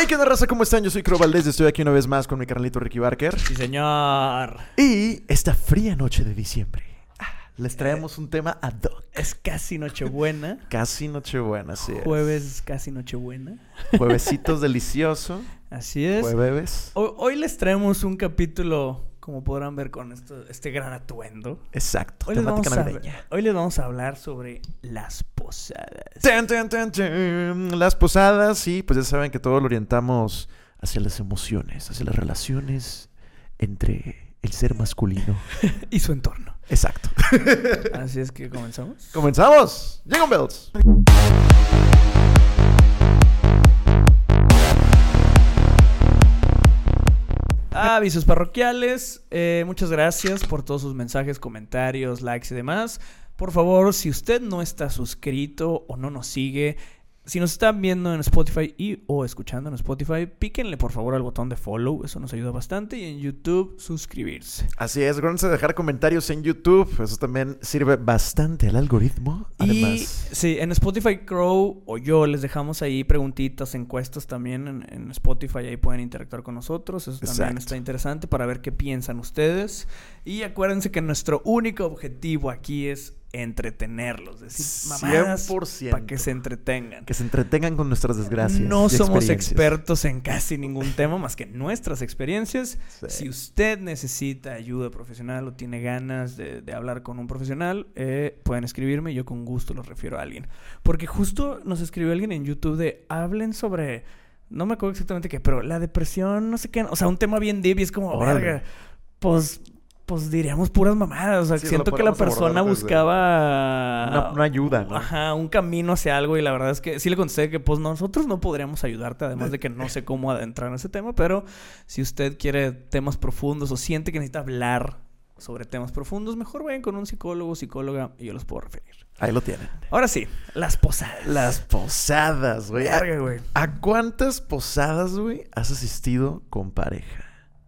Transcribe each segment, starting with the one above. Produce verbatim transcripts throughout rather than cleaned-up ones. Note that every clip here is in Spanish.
Hey, ¿qué onda, raza? ¿Cómo están? Yo soy Crow Valdez y estoy aquí una vez más con mi carnalito Ricky Barker. Sí, señor. Y esta fría noche de diciembre ah, les traemos un tema ad hoc. Es casi Nochebuena. Casi Nochebuena, sí es. Jueves casi Nochebuena. Juevesitos delicioso. Así es. Jueves. Hoy, hoy les traemos un capítulo, como podrán ver con esto, este gran atuendo. Exacto, Hoy les, temática vamos a, navideña. hoy les vamos a hablar sobre las posadas. Tan, tan, tan, tan. Las posadas, sí, pues ya saben que todo lo orientamos hacia las emociones, hacia las relaciones entre el ser masculino y su entorno. Exacto. Así es que comenzamos. ¡Comenzamos! ¡Llegan bells! Avisos parroquiales, eh, muchas gracias por todos sus mensajes, comentarios, likes y demás. Por favor, si usted no está suscrito o no nos sigue, si nos están viendo en Spotify y o escuchando en Spotify, píquenle por favor al botón de follow, eso nos ayuda bastante. Y en YouTube, suscribirse. Así es, acuérdense de dejar comentarios en YouTube, eso también sirve bastante al algoritmo. Además, y sí, en Spotify, Crow o yo les dejamos ahí preguntitas, encuestas también en, en Spotify, ahí pueden interactuar con nosotros, eso también Exacto. está interesante para ver qué piensan ustedes. Y acuérdense que nuestro único objetivo aquí es entretenerlos, decir mamadas para que se entretengan. Que se entretengan con nuestras desgracias. No somos expertos en casi ningún tema más que nuestras experiencias. Sí. Si usted necesita ayuda profesional o tiene ganas de, de hablar con un profesional, eh, pueden escribirme y yo con gusto los refiero a alguien. Porque justo nos escribió alguien en YouTube de hablen sobre, no me acuerdo exactamente qué, pero la depresión, no sé qué, o sea, un tema bien deep y es como, verga, pues... Pues diríamos puras mamadas, o sea, sí, siento que la persona buscaba una, una ayuda, ¿no? Ajá, un camino hacia algo y la verdad es que sí le contesté que pues nosotros no podríamos ayudarte, además de que no sé cómo adentrar en ese tema, pero si usted quiere temas profundos o siente que necesita hablar sobre temas profundos, mejor vayan con un psicólogo o psicóloga y yo los puedo referir. Ahí lo tienen. Ahora sí, las posadas. Las posadas, güey. Verga, güey. ¿A cuántas posadas, güey, has asistido con pareja?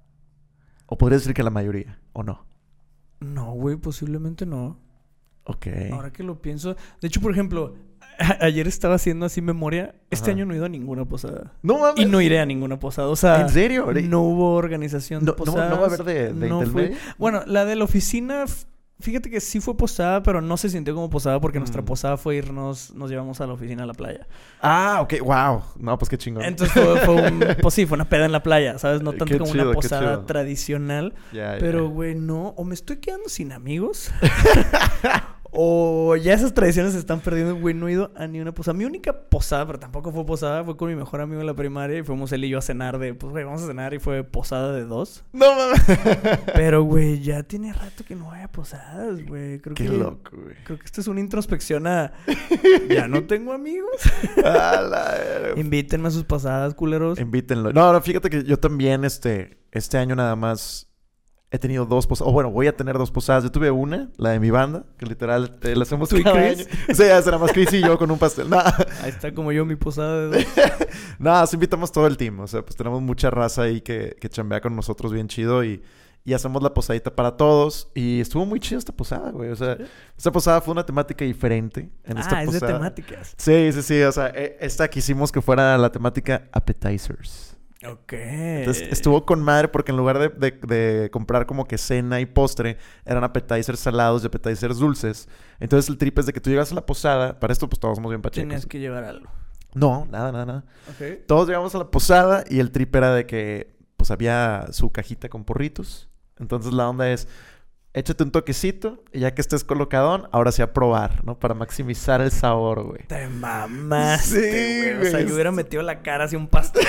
¿O podrías decir que la mayoría? ¿O no? No, güey, posiblemente no. Ok. Ahora que lo pienso... De hecho, por ejemplo, a- ayer estaba haciendo así memoria. Este Ajá. año no he ido a ninguna posada. No mames. Y no iré a ninguna posada. O sea... ¿En serio? No hubo organización de no, posadas. No, no va a haber de, de no intermedio. Bueno, la de la oficina... Fíjate que sí fue posada, pero no se sintió como posada porque mm. nuestra posada fue irnos... Nos llevamos a la oficina a la playa. Ah, ok. Wow. No, pues qué chingón. Entonces fue, fue un... Pues sí, fue una peda en la playa, ¿sabes? No tanto qué como chido, una posada qué tradicional. Ya, pero, güey, no. O me estoy quedando sin amigos... O ya esas tradiciones se están perdiendo, güey. No he ido a ni una posada. Mi única posada, pero tampoco fue posada, fue con mi mejor amigo en la primaria. Y fuimos él y yo a cenar de... Pues, güey, vamos a cenar. Y fue posada de dos. No mames. Pero, güey, ya tiene rato que no vaya a posadas, güey. Creo Qué que... loco, güey. Creo que esto es una introspección a... Ya no tengo amigos. A la verga. Invítenme a sus posadas, culeros. Invítenlo. No, no, fíjate que yo también, este... Este año nada más... He tenido dos posadas, o bueno, voy a tener dos posadas. Yo tuve una, la de mi banda, que literal eh, la hacemos ¿Tú y cada Chris? año. Sí, ya será más Chris y yo con un pastel. No. Ahí está como yo, mi posada de dos. No, nos invitamos todo el team. O sea, pues tenemos mucha raza ahí que, que chambea con nosotros bien chido y, y hacemos la posadita para todos. Y estuvo muy chido esta posada, güey. O sea, ¿sí? Esta posada fue una temática diferente. En ah, esta es posada. de temáticas. Sí, sí, sí. O sea, esta quisimos que fuera la temática appetizers. Ok. Entonces estuvo con madre porque en lugar de, de, de comprar como que cena y postre, eran appetizers salados y appetizers dulces. Entonces el trip es de que tú llegas a la posada. Para esto pues todos somos bien pachecos. Tenías que llevar algo. No, nada, nada, nada. Ok. Todos llegamos a la posada y el trip era de que pues había su cajita con porritos. Entonces la onda es... Échate un toquecito y ya que estés colocadón, ahora sí a probar, ¿no? Para maximizar el sabor, güey. Te mamaste, sí, güey. O sea, yo hubiera metido la cara hacia un pastel.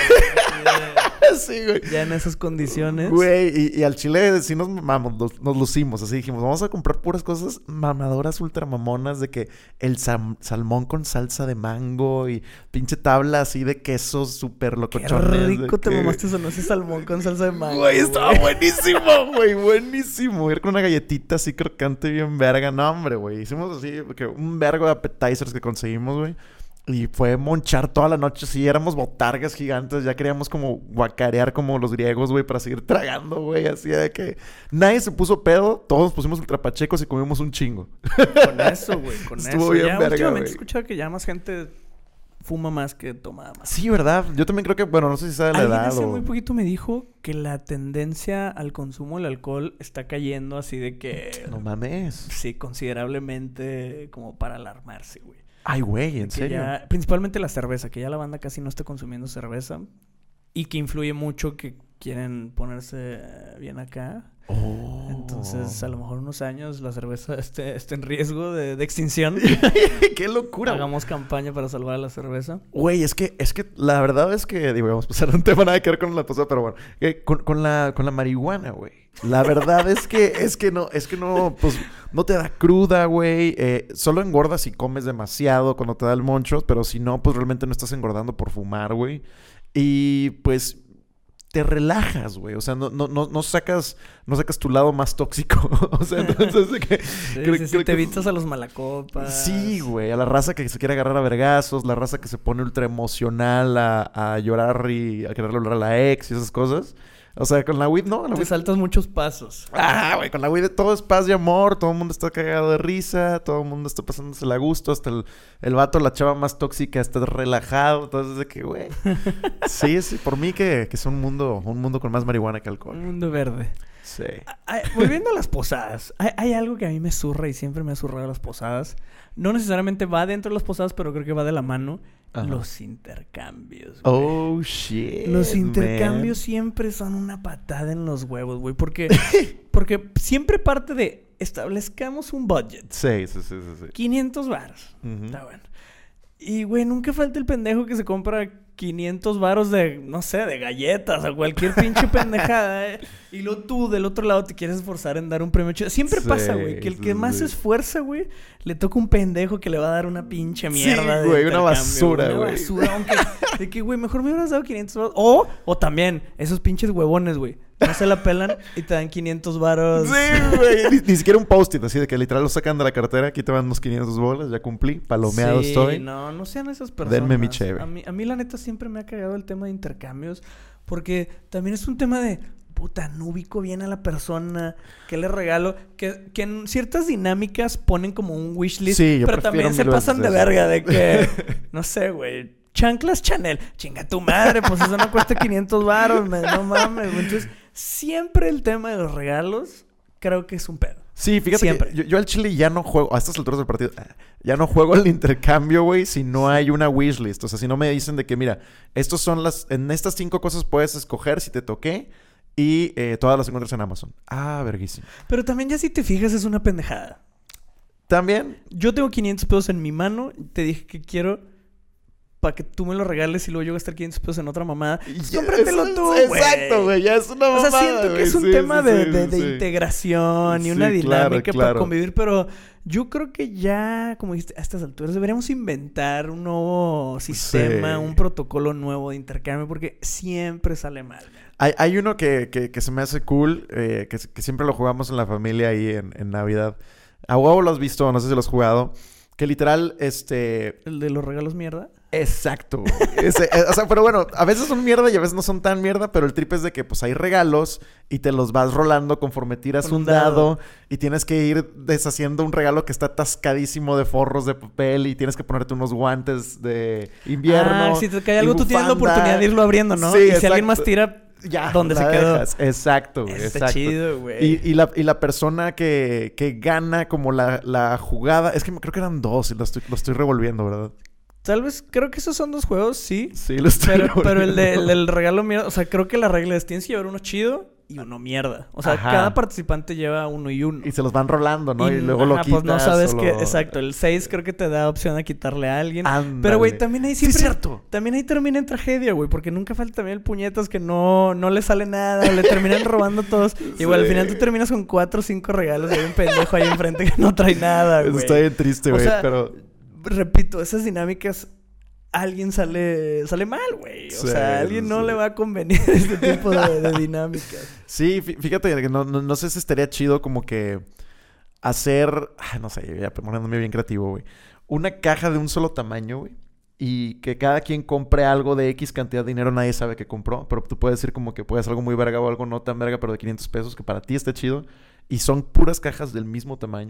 Sí, güey. Ya en esas condiciones. Güey, y, y al chile sí nos mamamos, nos, nos lucimos. Así dijimos, vamos a comprar puras cosas mamadoras ultramamonas de que el sam- salmón con salsa de mango y pinche tabla así de quesos súper locochones. Qué rico te que... mamaste eso, no ese salmón con salsa de mango. Güey, estaba buenísimo, güey, buenísimo. Ir con una galletita así crocante bien verga. No, hombre, güey. Hicimos así que un vergo de appetizers que conseguimos, güey. Y fue monchar toda la noche. Sí, éramos botargas gigantes. Ya queríamos como guacarear como los griegos, güey, para seguir tragando, güey. Así de que nadie se puso pedo. Todos nos pusimos ultrapachecos y comimos un chingo. Con eso, güey, con Estuvo eso. bien Ya verga, últimamente güey. he escuchado que ya más gente fuma más que toma más. Sí, ¿verdad? Yo también creo que, bueno, no sé si sabe la Alguien edad hace o... muy poquito me dijo que la tendencia al consumo del alcohol está cayendo así de que... No mames. Sí, considerablemente como para alarmarse, güey. Ay, güey, ¿en Que serio? ya- principalmente la cerveza, que ya la banda casi no está consumiendo cerveza. Y que influye mucho que quieren ponerse bien acá. Oh. Entonces, a lo mejor unos años la cerveza esté, esté en riesgo de, de extinción. ¡Qué locura! Hagamos campaña para salvar a la cerveza. Güey, es que, es que la verdad es que, digo, vamos a pasar a un tema nada que ver con la pasada, pero bueno, eh, con, con la, con la marihuana, güey. La verdad es que, es que no, es que no, pues, no te da cruda, güey. Eh, solo engordas si comes demasiado cuando te da el moncho, pero si no, pues realmente no estás engordando por fumar, güey. Y pues te relajas, güey. O sea, no, no, no, no sacas, no sacas tu lado más tóxico. O sea, entonces de que, Sí, creo- sí, sí, creo te que- evitas a los malacopas. Sí, güey, a la raza que se quiere agarrar a vergazos, la raza que se pone ultra emocional a, a llorar y a quererle hablar a la ex y esas cosas. O sea, con la weed, ¿no? La Te weed... saltas muchos pasos. Ah, güey, con la weed todo es paz y amor, todo el mundo está cagado de risa, todo el mundo está pasándose a gusto, hasta el, el vato, la chava más tóxica, está relajado, entonces de que, güey. Sí, sí, por mí que, que es un mundo, un mundo con más marihuana que alcohol. Un mundo verde. Sí. Ay, volviendo a las posadas, hay, hay algo que a mí me zurra y siempre me ha zurrado las posadas. No necesariamente va dentro de las posadas, pero creo que va de la mano. Ajá. Los intercambios, güey. Oh, shit. Los intercambios man. siempre son una patada en los huevos, güey. Porque, porque siempre parte de establezcamos un budget. Sí, sí, sí, sí. sí. quinientos varos. Ujú. Está bueno. Y, güey, nunca falta el pendejo que se compra quinientos varos de, no sé, de galletas o cualquier pinche pendejada, ¿eh? Y luego tú, del otro lado, te quieres esforzar en dar un premio chido. Siempre Sí, pasa, güey, que el que sí, más sí. se esfuerza, güey, le toca un pendejo que le va a dar una pinche mierda. Sí, de güey, una intercambio, basura, Una güey. basura, aunque... De que, güey, mejor me hubieras dado quinientos varos. O, o también, esos pinches huevones, güey. No se la pelan y te dan quinientos varos. Sí, güey. Ni, ni siquiera un post-it, así de que literal lo sacan de la cartera. Aquí te van unos quinientos bolas, ya cumplí. Palomeado Sí, estoy. no, no sean esas personas. Denme mi cheve. A mí, a mí, la neta, siempre me ha cagado el tema de intercambios. Porque también es un tema de... Puta, no ubico bien a la persona. ¿Qué le regalo? Que, que en ciertas dinámicas ponen como un wishlist. Sí, yo pero prefiero también se mil pasan de veces eso. verga. De que... no sé, güey. Chanclas Chanel. Chinga tu madre. Pues eso no cuesta quinientos varos. man, No mames, güey. Entonces, siempre el tema de los regalos... Creo que es un pedo. Sí, fíjate Siempre. que yo, yo al chile ya no juego, a estas alturas del partido, ya no juego el intercambio, güey, si no hay una wishlist. O sea, si no me dicen de que, mira, estos son las, en estas cinco cosas puedes escoger si te toqué y eh, todas las encuentras en Amazon. Ah, verguísimo. Pero también ya si te fijas es una pendejada. También, Yo tengo quinientos pesos en mi mano. Te dije que quiero para que tú me lo regales y luego yo gastar quinientos pesos en otra mamada. Pues ya, cómpratelo eso tú, es- güey. Exacto, güey, ya es una O sea, mamada, siento que güey. es un Sí, tema sí, de, sí, de- de sí. integración y Sí, una claro, dinámica para claro. convivir, pero yo creo que ya, como dijiste, a estas alturas deberíamos inventar un nuevo sistema, Sí. un protocolo nuevo de intercambio, porque siempre sale mal. man. Hay, hay uno que, que, que se me hace cool, eh, que, que siempre lo jugamos en la familia ahí en, en Navidad. A huevo lo has visto, no sé si lo has jugado. Que literal, este... El de los regalos mierda. Exacto. güey. Ese, eh, o sea, pero bueno, a veces son mierda y a veces no son tan mierda, pero el trip es de que pues hay regalos y te los vas rolando conforme tiras Con un un dado. dado y tienes que ir deshaciendo un regalo que está atascadísimo de forros de papel y tienes que ponerte unos guantes de invierno. Ah, si te cae y algo, tú tienes la bufanda. oportunidad de irlo abriendo, ¿no? Sí, y si exacto. alguien más tira, Ya, ¿dónde la se quedó? dejas. Exacto, güey. Está Exacto. chido, güey. Y, y, la, y la persona que, que gana como la, la jugada... Es que creo que eran dos y lo estoy, lo estoy revolviendo, ¿verdad? Tal vez, creo que esos son dos juegos, sí. Sí, lo estoy Pero, pero el, de- el revolviendo. del regalo mierda, o sea, creo que la regla es tienes que llevar uno chido y uno mierda. O sea, Ajá. cada participante lleva uno y uno. Y se los van rolando, ¿no? Y, luego lo ajá, quitas. pues no sabes o qué. lo- Exacto, el seis creo que te da opción a quitarle a alguien. Ándale. Pero, güey, también ahí Sí, siempre... es cierto. También ahí termina en tragedia, güey. Porque nunca falta también el puñetas que no, no le sale nada. O le terminan robando todos. Y, güey, al Sí. final tú terminas con cuatro o cinco regalos. Y hay un pendejo ahí enfrente que no trae nada, Eso güey. está bien triste, O güey, sea, pero... Repito, esas dinámicas... Alguien sale sale mal, güey. O Sí, sea, a alguien no sí. le va a convenir este tipo de, de dinámicas. Sí, fí- fíjate que no, no, no sé si estaría chido como que hacer... Ay, no sé, ya poniéndome bien creativo, güey. Una caja de un solo tamaño, güey. Y que cada quien compre algo de X cantidad de dinero, nadie sabe que compró. Pero tú puedes decir como que puedes algo muy verga o algo no tan verga, pero de quinientos pesos, que para ti esté chido. Y son puras cajas del mismo tamaño.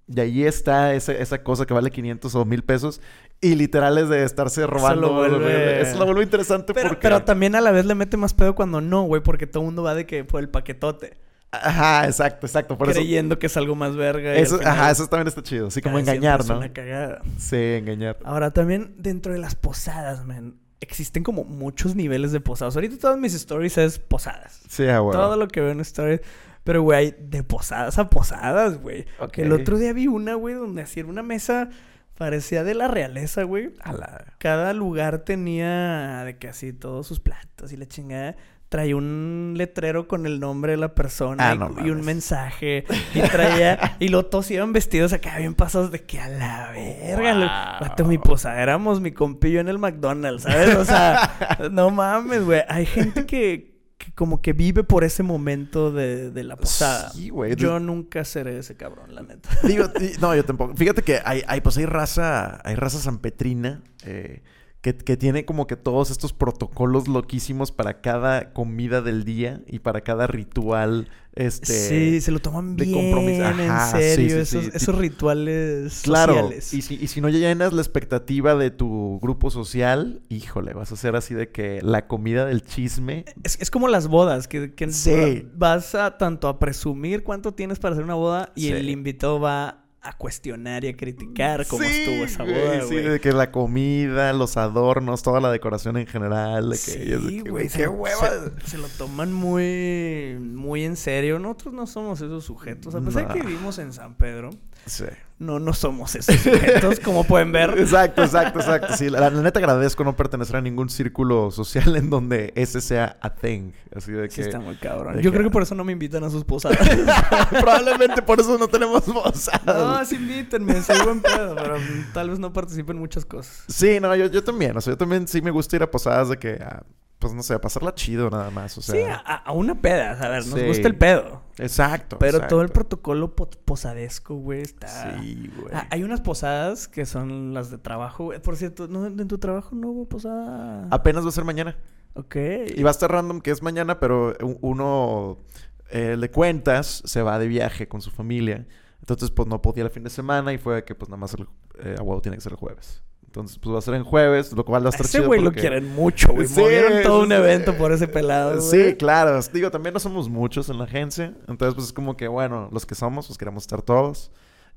Y ahí está ese, esa cosa que vale quinientos o mil pesos. Y literal es de estarse robando. Eso lo vuelve... Eso lo vuelve interesante pero, porque... Pero también a la vez le mete más pedo cuando no, güey. Porque todo el mundo va de que por el paquetote. Ajá, exacto, exacto. Por creyendo eso... que es algo más verga. Eso, final... Ajá, eso también está chido. Así como Casi engañar, ¿no? Es una cagada. Sí, engañar. Ahora, también dentro de las posadas, man... Existen como muchos niveles de posadas. Ahorita todas mis stories es posadas. Sí, ah, güey. Todo lo que veo en stories... Pero, güey, de posadas a posadas, güey. Okay. El otro día vi una, güey, donde hacía una mesa... Parecía de la realeza, güey. A la... Cada lugar tenía de que así todos sus platos y la chingada. Traía un letrero con el nombre de la persona ah, y, no y un mensaje. Y traía... y luego todos iban vestidos acá bien pasados de que a la verga. Wow. Lo, vato, mi posada éramos mi compillo en el McDonald's, ¿sabes? O sea, no mames, güey. Hay gente que... que como que vive por ese momento de, de la posada. Sí, güey. Yo nunca seré ese cabrón, la neta. Digo, no, yo tampoco. Fíjate que hay, hay pues hay raza, hay raza sanpetrina, eh, que, que tiene como que todos estos protocolos loquísimos para cada comida del día y para cada ritual, este... Sí, se lo toman de bien compromiso. Ajá, en serio, sí, sí, esos, sí. esos rituales Claro, sociales. y si, y si no llenas la expectativa de tu grupo social, híjole, vas a ser así de que la comida del chisme... Es, es como las bodas, que, que Sí. vas a tanto a presumir cuánto tienes para hacer una boda y Sí. el invitado va a cuestionar y a criticar cómo Sí, estuvo esa güey, boda, sí, güey. de que la comida, los adornos, toda la decoración en general, de que... Sí, es de que, güey, qué se, hueva. se, se lo toman muy, muy en serio. Nosotros no somos esos sujetos. A pesar No. de que vivimos en San Pedro, Sí. no, no somos esos sujetos, como pueden ver. Exacto, exacto, exacto. Sí, la, la neta agradezco no pertenecer a ningún círculo social en donde ese sea a thing. Así de que... Sí, está muy cabrón. de Yo que- creo que por eso no me invitan a sus posadas. Probablemente por eso no tenemos posadas. No, sí invítenme, soy buen pedo, pero tal vez no participe en muchas cosas. Sí, no, yo, yo también. O sea, yo también sí me gusta ir a posadas de que... ah, pues no sé, a pasarla chido nada más. O sea... Sí, a, a una peda, a ver, nos Sí. gusta el pedo. Exacto. Pero exacto. todo el protocolo po- posadesco, güey, está... Sí, güey. Ah, hay unas posadas que son las de trabajo, güey. Por cierto, ¿no, ¿en tu trabajo no hubo posada? Apenas va a ser mañana. Ok. Y va a estar random que es mañana, pero u- uno eh, le cuentas, se va de viaje con su familia. Entonces, pues no podía el fin de semana y fue que pues nada más el, eh, a huevo tiene que ser el jueves. Entonces, pues va a ser en jueves, lo cual va a estar Ese chido güey lo porque- quieren mucho, güey. Sí, Movieron todo sí, un sí. evento por ese pelado, Sí, güey. claro. Digo, también no somos muchos en la agencia. Entonces, pues es como que, bueno, los que somos, pues queremos estar todos.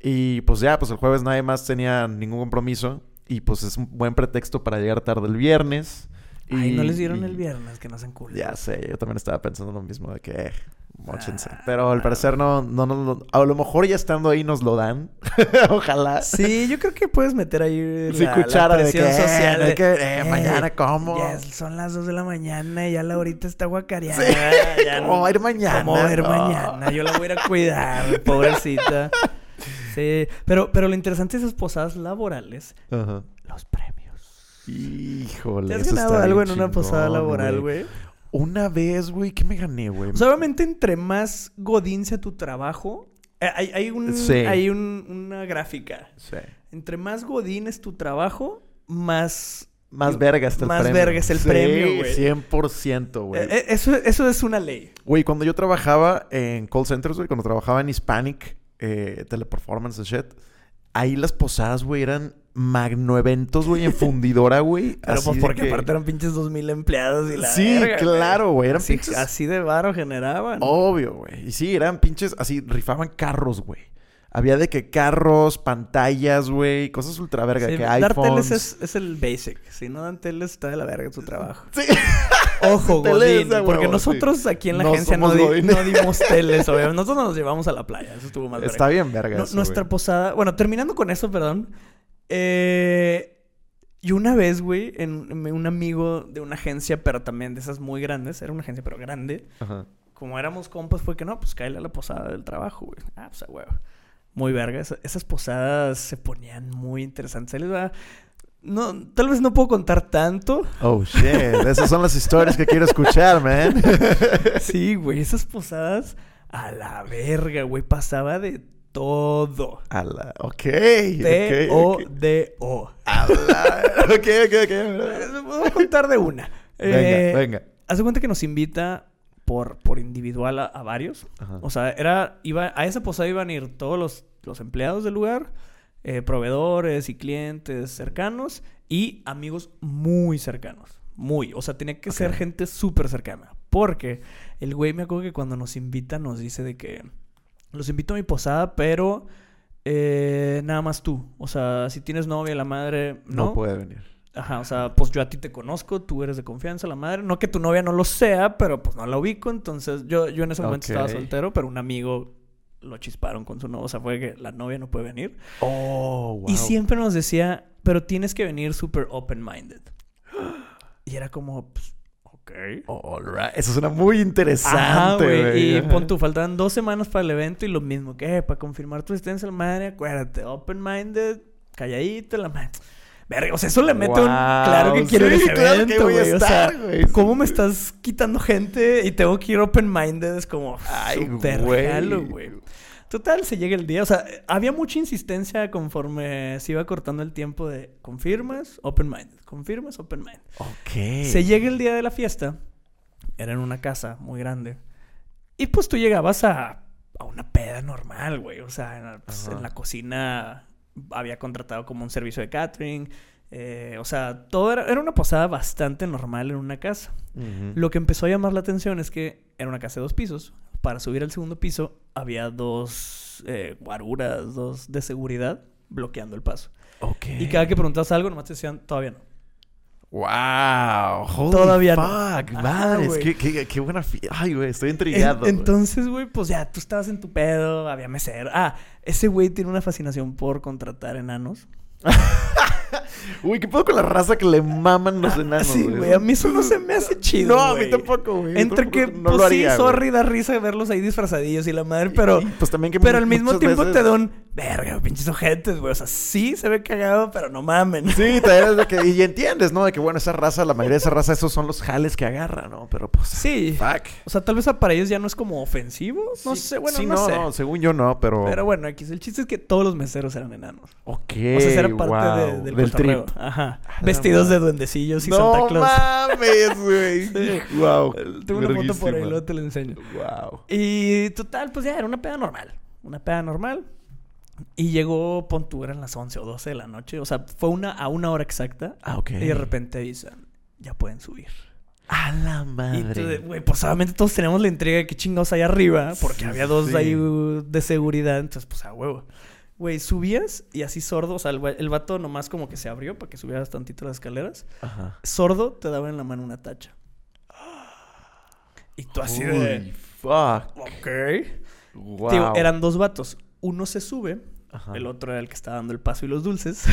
Y pues ya, pues el jueves nadie más tenía ningún compromiso. Y pues es un buen pretexto para llegar tarde el viernes. Ay, Y- no les dieron y- el viernes, que no hacen culo. Ya sé, yo también estaba pensando lo mismo de que, eh, móchense. Ah, Pero al parecer no, no nos lo... A lo mejor ya estando ahí nos lo dan. Ojalá. Sí, yo creo que puedes meter ahí Sí, la, cuchara la de que, presión social. de de, que, eh, mañana como. Ya son las dos de la mañana y ya la ahorita está guacareada. Sí. Ya ¿Cómo va a ir mañana? ¿Cómo va a ir No. mañana? Yo la voy a ir a cuidar, pobrecita. Sí, pero, pero lo interesante de esas posadas laborales, Ajá. los premios. Híjole. ¿Te has eso ganado está algo bien en una chingón, posada laboral, güey? Una vez, güey, ¿qué me gané, güey? O sea, obviamente entre más godín sea tu trabajo, eh, hay, hay, un, Sí. hay un- una gráfica. Sí. Entre más godín es tu trabajo, más... Más verga está el Más premio. verga es el Sí, premio, güey. cien por ciento, güey. Eh, eh, eso, eso es una ley. Güey, cuando yo trabajaba en call centers, güey, cuando trabajaba en Hispanic, eh, Teleperformance and shit, ahí las posadas, güey, eran magno eventos, güey, en fundidora, güey. Pero así pues de porque que- aparte eran pinches dos mil empleados y la Sí, verga, claro, güey. Eran Así, pinches... así de varo generaban. Obvio, güey. Y sí, eran pinches... Así, rifaban carros, güey. Había de que carros, pantallas, güey, cosas ultra verga, Sí, que dar iPhones. teles es, es el basic. Si no dan teles, está de la verga su trabajo. Sí. Ojo, Teles, Godín. a huevo, Porque sí. nosotros aquí en la No agencia no, somos di- Godín. no dimos teles, obviamente. Nosotros nos llevamos a la playa. Eso estuvo más verga. Está bien verga No- eso, nuestra güey. posada... Bueno, terminando con eso, perdón. Eh... Y una vez, güey, en, en un amigo de una agencia, pero también de esas muy grandes. Era una agencia, pero grande. Ajá. Como éramos compas, fue que no, pues cáele a la posada del trabajo, güey. Ah, pues a huevo. Muy verga. Esa- esas posadas se ponían muy interesantes. Ahí les va... No, tal vez no puedo contar tanto. Oh, shit. Esas son las historias que quiero escuchar, man. Sí, güey. Esas posadas a la verga, güey. Pasaba de todo. A la... Ok. T ok, O ok. D O. A la... Ok, ok, ok. Les voy a contar de una. Venga, Eh, venga. Haz de cuenta que nos invita por, por individual a, a varios. Ajá. O sea, era... Iba, a esa posada iban a ir todos los los empleados del lugar, eh, proveedores y clientes cercanos y amigos muy cercanos. Muy. O sea, tenía que okay. ser gente súper cercana. Porque el güey me acuerdo que cuando nos invita nos dice de que los invito a mi posada, pero eh, nada más tú. O sea, si tienes novia, la madre no. No puede venir. Ajá, o sea, pues yo a ti te conozco, tú eres de confianza, la madre. No que tu novia no lo sea, pero pues no la ubico. Entonces, yo, yo en ese momento okay. estaba soltero, pero un amigo lo chisparon con su novia. O sea, fue que la novia no puede venir. Oh, wow. Y siempre nos decía, pero tienes que venir súper open-minded. Y era como, pues, ok. All right. Eso suena muy interesante, güey. Y pon tú, faltaban dos semanas para el evento y lo mismo. que eh, Para confirmar tu existencia, la madre, acuérdate, open-minded, calladito, la madre. Verga, o sea, eso le mete wow. un... Claro que quiero sí, ir a ese claro evento, güey. O sea, wey. ¿Cómo me estás quitando gente y tengo que ir open-minded? Es como... Ay, súper jalo, güey. Total, se llega el día. O sea, había mucha insistencia conforme se iba cortando el tiempo de... Confirmas, open-minded. Confirmas, open-minded. Ok. Se llega el día de la fiesta. Era en una casa muy grande. Y pues tú llegabas a... A una peda normal, güey. O sea, en la, pues, en la cocina... Había contratado como un servicio de catering. Eh, o sea, todo era, era una posada bastante normal en una casa. Uh-huh. Lo que empezó a llamar la atención es que era una casa de dos pisos. Para subir al segundo piso había dos eh, guaruras, dos de seguridad bloqueando el paso. Okay. Y cada que preguntabas algo, nomás te decían, todavía no. ¡Wow! Holy Todavía fuck, no. madre. Ah, qué, qué, qué buena fiesta. Ay, güey, estoy intrigado. En, entonces, güey, pues ya tú estabas en tu pedo, había mesero. Ah, ese güey tiene una fascinación por contratar enanos. Uy, ¿qué pedo con la raza que le maman los enanos? Sí, güey, a mí eso no se me hace chido. No, wey. a mí tampoco, güey. Entre que, no pues lo haría, sí, sorry, da risa verlos ahí disfrazadillos y la madre, pero. Y, pues también que Pero al mismo tiempo veces... te da un. Verga, pinches ojetes, güey. O sea, sí se ve cagado, pero no mamen. Sí, también es de que. Y entiendes, ¿no? De que, bueno, esa raza, la mayoría de esa raza, esos son los jales que agarra, ¿no? Pero pues. Sí. Fuck. O sea, tal vez para ellos ya no es como ofensivo. No sí, sé, bueno, sí, no, no sé. no, según yo no, pero. Pero bueno, aquí el chiste es que todos los meseros eran enanos. Ok. O sea, era parte wow. de, del, del trip. Ajá. Vestidos de duendecillos y no Santa Claus. No mames, güey. Sí. Wow. Tengo una foto por ahí, luego te la enseño. Wow. Y total, pues ya era una peda normal. Una peda normal. Y llegó, pon tú, eran las once o doce de la noche. O sea, fue una a una hora exacta. Ah, ok. Y de repente avisan, ya pueden subir. A la madre. Y güey, pues obviamente todos tenemos la intriga de qué chingados hay arriba. Porque sí, había dos sí. ahí uh, de seguridad. Entonces, pues a huevo. Güey, subías y así sordo. O sea, el, el vato nomás como que se abrió para que subieras tantito las escaleras. Ajá. Sordo te daba en la mano una tacha. Y tú así Holy de... fuck. Ok. Wow. Tío, eran dos vatos. Uno se sube, ajá. El otro era el que estaba dando el paso y los dulces.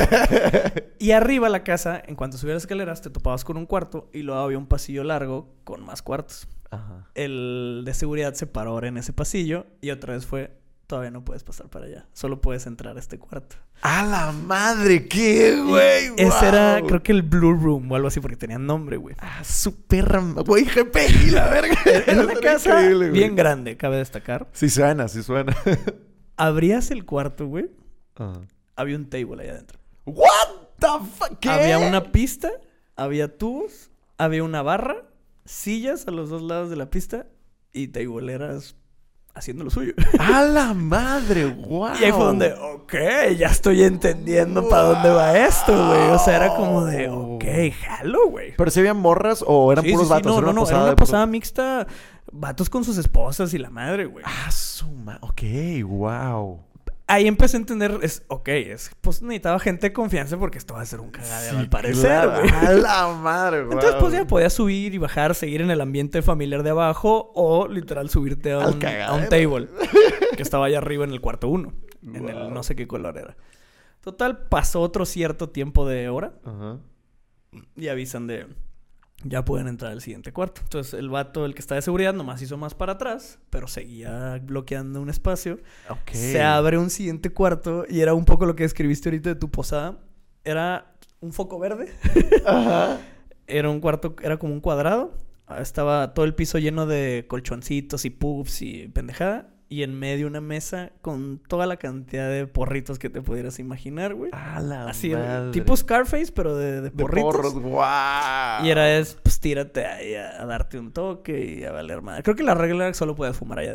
Y arriba la casa, en cuanto subías las escaleras, te topabas con un cuarto y luego había un pasillo largo con más cuartos. Ajá. El de seguridad se paró ahora en ese pasillo y otra vez fue, todavía no puedes pasar para allá, solo puedes entrar a este cuarto. ¡A la madre! ¿Qué, güey? Wow. Ese era, creo que el Blue Room o algo así, porque tenían nombre, güey. Ah, su perra, güey, G P I, la verga. Era una casa bien grande, cabe destacar. Sí suena, sí suena. Abrías el cuarto, güey. Uh-huh. Había un table ahí adentro. What the fuck? ¿Qué? Había una pista, había tubos, había una barra, sillas a los dos lados de la pista y tableeras haciendo lo suyo. ¡A la madre! ¡Wow! Y ahí fue donde, ok, ya estoy entendiendo wow. para dónde va esto, güey. O sea, era como de, ok, jalo, güey. ¿Pero si habían morras o eran sí, puros sí, sí. vatos? No, ¿Era no, no, posada era una de posada puros... mixta. Vatos con sus esposas y la madre, güey. Ah, su madre. Ok, wow. Ahí empecé a entender, es, ok, es, pues necesitaba gente de confianza porque esto va a ser un cagadero sí, al parecer, güey. Claro. A la madre, güey. Entonces, pues ya podías subir y bajar, seguir en el ambiente familiar de abajo o literal subirte a un, a un table que estaba allá arriba en el cuarto uno. Wow. En el no sé qué color era. Total, pasó otro cierto tiempo de hora uh-huh. y avisan de... Ya pueden entrar al siguiente cuarto. Entonces, el vato, el que está de seguridad, nomás hizo más para atrás, pero seguía bloqueando un espacio. Okay. Se abre un siguiente cuarto y era un poco lo que escribiste ahorita de tu posada. Era un foco verde. Ajá. Era un cuarto, era como un cuadrado. Estaba todo el piso lleno de colchoncitos y puffs y pendejada. Y en medio una mesa con toda la cantidad de porritos que te pudieras imaginar, güey. ¡A la Así, madre! Tipo Scarface, pero de, de, de porritos. porros, ¡guau! Y era es, pues tírate ahí a, a darte un toque y a valer madre. Creo que la regla era que solo podías fumar ahí adentro.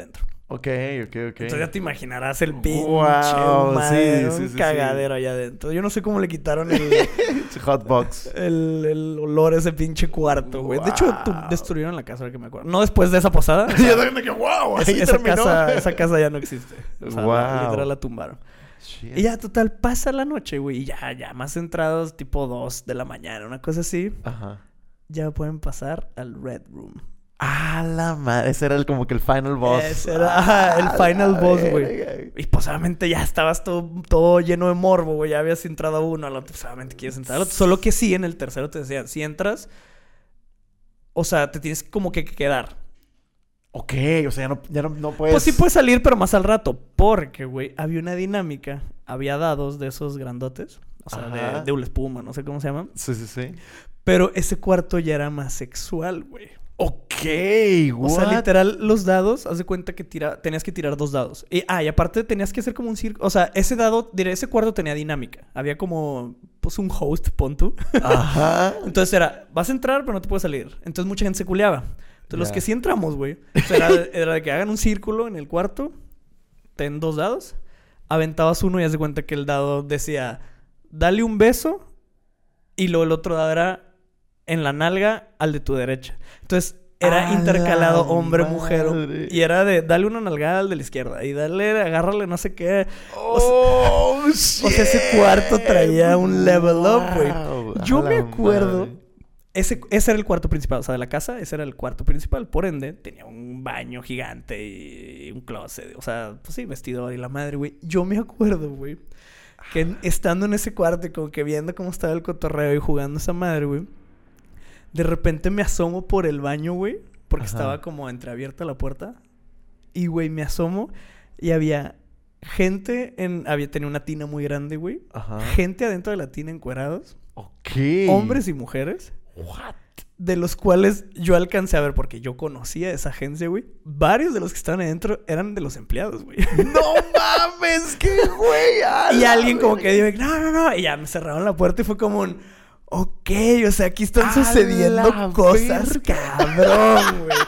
Ok, ok, ok. Entonces ya te imaginarás el pinche Wow, madre, sí, sí, un sí, cagadero allá adentro. Yo no sé cómo le quitaron el, Hotbox. el, el olor a ese pinche cuarto, güey. De hecho, tu- Wow. destruyeron la casa, ahora que me acuerdo. No después de esa posada. O Yo sea, también me quedé, wow, es- ahí esa, terminó. casa, esa casa ya no existe. O sea, la- Wow. literal la tumbaron. Shit. Y ya, total, pasa la noche, güey. Y ya, ya más centrados, tipo dos de la mañana, una cosa así. Ajá. Ya pueden pasar al Red Room. Ah, la madre. Ese era el, como que el final boss. Ese era Ah, el final la boss, güey. verga. Y pues obviamente ya estabas todo, todo lleno de morbo, güey. Ya habías entrado a uno, al otro, pues obviamente quieres entrar al otro. Solo que sí, en el tercero te decían, si entras, o sea, te tienes como que quedar. Ok, o sea, ya no, ya no, no puedes... Pues sí puedes salir, pero más al rato. Porque, güey, había una dinámica. Había dados de esos grandotes. O sea, Ajá. de, de una espuma, no sé cómo se llaman. Sí, sí, sí. Pero ese cuarto ya era más sexual, güey. Ok, O sea, what? literal, los dados, haz de cuenta que tira, tenías que tirar dos dados. Y, ah, y aparte tenías que hacer como un círculo. O sea, ese dado, diré, ese cuarto tenía dinámica. Había como, pues, un host, pon tú. Ajá. Entonces era, vas a entrar, pero no te puedes salir. Entonces mucha gente se culeaba. Entonces los Ya. que sí entramos, güey, o sea, era, era de que hagan un círculo en el cuarto, ten dos dados, aventabas uno y haz de cuenta que el dado decía, dale un beso, y luego el otro dado era en la nalga al de tu derecha. Entonces era ¡A intercalado la hombre-mujer. madre! Y era de, dale una nalgada al de la izquierda, y dale, agárrale no sé qué. Oh, O sea, ese cuarto traía un level up, güey. Wow, Yo a me la acuerdo... madre. Ese, ese era el cuarto principal, o sea, de la casa, ese era el cuarto principal. Por ende, tenía un baño gigante y un closet. O sea, pues sí, vestidor y la madre, güey. Yo me acuerdo, güey, que en- estando en ese cuarto y como que viendo cómo estaba el cotorreo y jugando esa madre, güey, de repente me asomo por el baño, güey, porque Ajá. estaba como entreabierta la puerta. Y, güey, me asomo y había gente en... Había tenido una tina muy grande, güey. Ajá. Gente adentro de la tina encuerados. Ok. Hombres y mujeres. What? De los cuales yo alcancé a ver, porque yo conocía esa agencia, güey. Varios de los que estaban adentro eran de los empleados, güey. ¡No mames! ¡Qué güey! a Y la alguien como que verga! dijo, no, no, no. Y ya me cerraron la puerta y fue como un, ok, o sea, aquí están ¡A sucediendo la cosas, verga! cabrón, güey.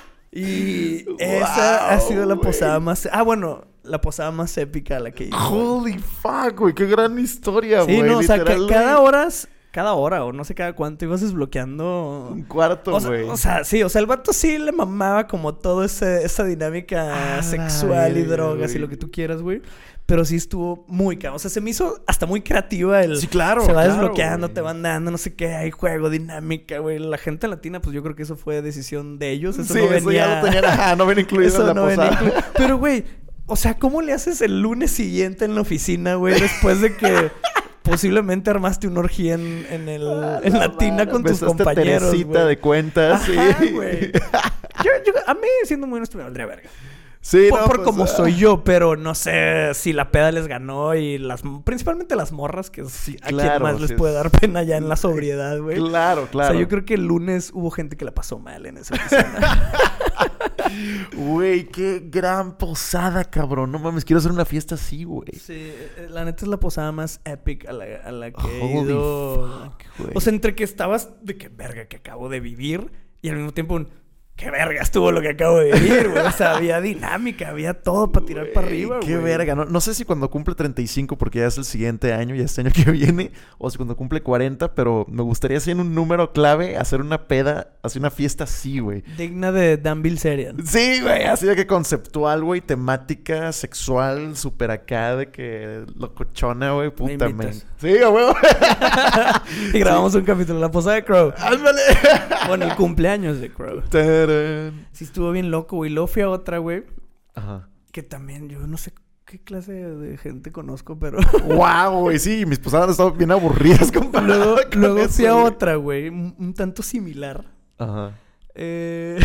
Y esa ha Wow, sido la güey. posada más... Ah, bueno, la posada más épica a la que he ido. Holy fuck, güey. Qué gran historia, güey. Sí, no, o sea, que Literal, cada güey, hora... Cada hora o no sé cada cuánto ibas desbloqueando... Un cuarto, O sea, güey. o sea, sí, o sea, el vato sí le mamaba como todo ese, esa dinámica A sexual la y verga, drogas güey. y lo que tú quieras, güey. Pero sí estuvo muy cabrón. O sea, se me hizo hasta muy creativa el... Sí, claro, Se va claro, desbloqueando, güey. te van dando, no sé qué, hay juego, dinámica, güey. La gente latina, pues yo creo que eso fue decisión de ellos. Eso sí, no eso venía... ya lo tenían. Ajá, no ven incluido Eso en la no venía posada. incluido. Pero, güey, o sea, ¿cómo le haces el lunes siguiente en la oficina, güey? Después de que... Posiblemente armaste una orgía en, en, el, en la tina con tus Besaste a compañeros, Teresita güey. de cuentas. Ajá, sí. güey. Yo, yo, a mí, siendo muy honesto, me valdría verga. Sí, por no, por pues, como ah. soy yo, pero no sé si la peda les ganó y las... Principalmente las morras, que es Sí, a claro, quien más les sí puede es- dar pena ya en la sobriedad, güey. Claro, claro. O sea, yo creo que el lunes hubo gente que la pasó mal en esa oficina. Güey, qué gran posada, cabrón. No mames, quiero hacer una fiesta así, güey. Sí, eh, la neta es la posada más épica a la, a la que he Holy ido. fuck, güey. O sea, entre que estabas de que verga que acabo de vivir y al mismo tiempo un qué verga estuvo lo que acabo de vivir, güey. O sea, había dinámica, había todo para tirar para arriba, güey. Qué verga. No, no sé si cuando cumple treinta y cinco, porque ya es el siguiente año, ya este año que viene, o si cuando cumple cuarenta, pero me gustaría, si en un número clave, hacer una peda, hacer una fiesta así, güey. Digna de Dan Bilzerian. Sí, güey, así de que conceptual, güey, temática, sexual, súper acá, de que locochona, güey, puta, Me men. invitas. Sí, a huevo. Y grabamos un capítulo, la posada de Crow. Ándale. Bueno, el cumpleaños de Crow. Tarán. Sí estuvo bien loco, güey. Luego fui a otra, güey, Ajá. que también yo no sé qué clase de gente conozco, pero... Wow, güey, sí, mis posadas han estado bien aburridas, comparado luego con luego eso, fui a güey. otra, güey, un, un tanto similar. Ajá. Eh...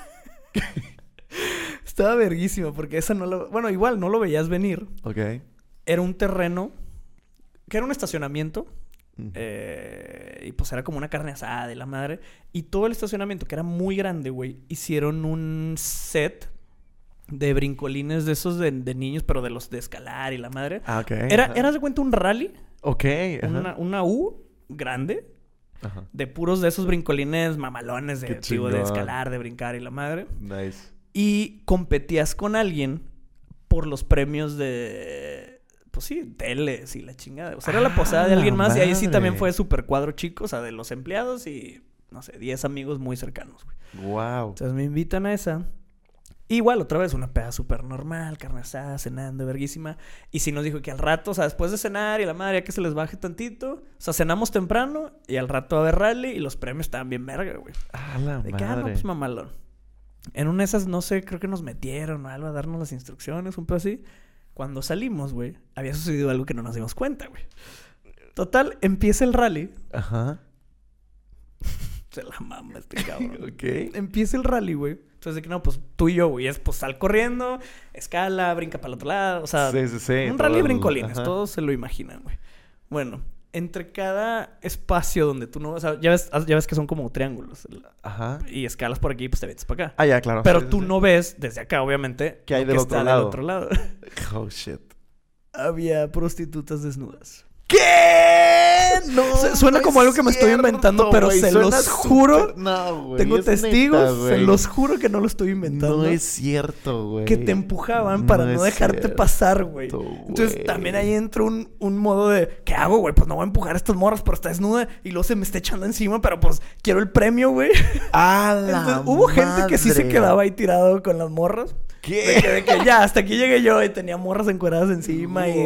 Estaba verguísima porque esa no lo... Bueno, igual no lo veías venir. Ok. Era un terreno que era un estacionamiento. Ujú. Eh, y pues era como una carne asada de la madre. Y todo el estacionamiento, que era muy grande, güey, hicieron un set de brincolines de esos de, de niños, pero de los de escalar y la madre. Ah, ok. Era, Ajá. era de cuenta un rally, Ok. Ajá. una, una U grande, Ajá. de puros de esos brincolines mamalones de, Qué digo, de chingón. escalar, de brincar y la madre. Nice. y competías con alguien por los premios de... Pues sí, teles y la chingada. O sea, era la posada de alguien más madre. Y ahí sí también fue súper cuadro chico, o sea, de los empleados y, no sé, diez amigos muy cercanos, güey. Wow. Entonces me invitan a esa. Igual, otra vez, una peda súper normal, carne asada, cenando, verguísima. Y sí nos dijo que al rato, o sea, después de cenar y la madre, ya que se les baje tantito. O sea, cenamos temprano y al rato va a haber rally y los premios estaban bien verga, güey. Ah, la de madre. que, ah, no, pues mamalón. En una de esas, no sé, creo que nos metieron o algo a darnos las instrucciones, un poco así. Cuando salimos, güey, había sucedido algo que no nos dimos cuenta, güey. Total, empieza el rally. Ajá. Se la mama este cabrón. Ok. Empieza el rally, güey. Entonces, de que no, pues tú y yo, güey, es pues sal corriendo, escala, brinca para el otro lado. O sea, sí, sí, sí, un rally todo, brincolines. ajá. Todos se lo imaginan, güey. Bueno, entre cada espacio donde tú no... O sea, ya ves, ya ves que son como triángulos. Ajá. Y escalas por aquí, pues te metes para acá. Ah, ya, claro. Pero sí, tú sí, no ves desde acá, obviamente. ¿Qué hay del que otro está lado? del otro lado. Oh, shit. Había prostitutas desnudas. ¿Qué? No. Su- Suena no como es algo que me estoy cierto, inventando, pero güey. se Suena los súper- juro. No, güey. Tengo es testigos, neta, se güey. los juro que no lo estoy inventando. No es cierto, güey. Que te empujaban para no, es dejarte cierto, pasar, güey. Entonces güey. también ahí entra un, un modo de ¿qué hago, güey? Pues no voy a empujar a estas morras, pero está desnuda y luego se me está echando encima, pero pues quiero el premio, güey. ¡A la Entonces, hubo gente que sí se madre! quedaba ahí tirado con las morras. ¿Qué? De que, de que ya, hasta aquí llegué yo y tenía morras encueradas encima y...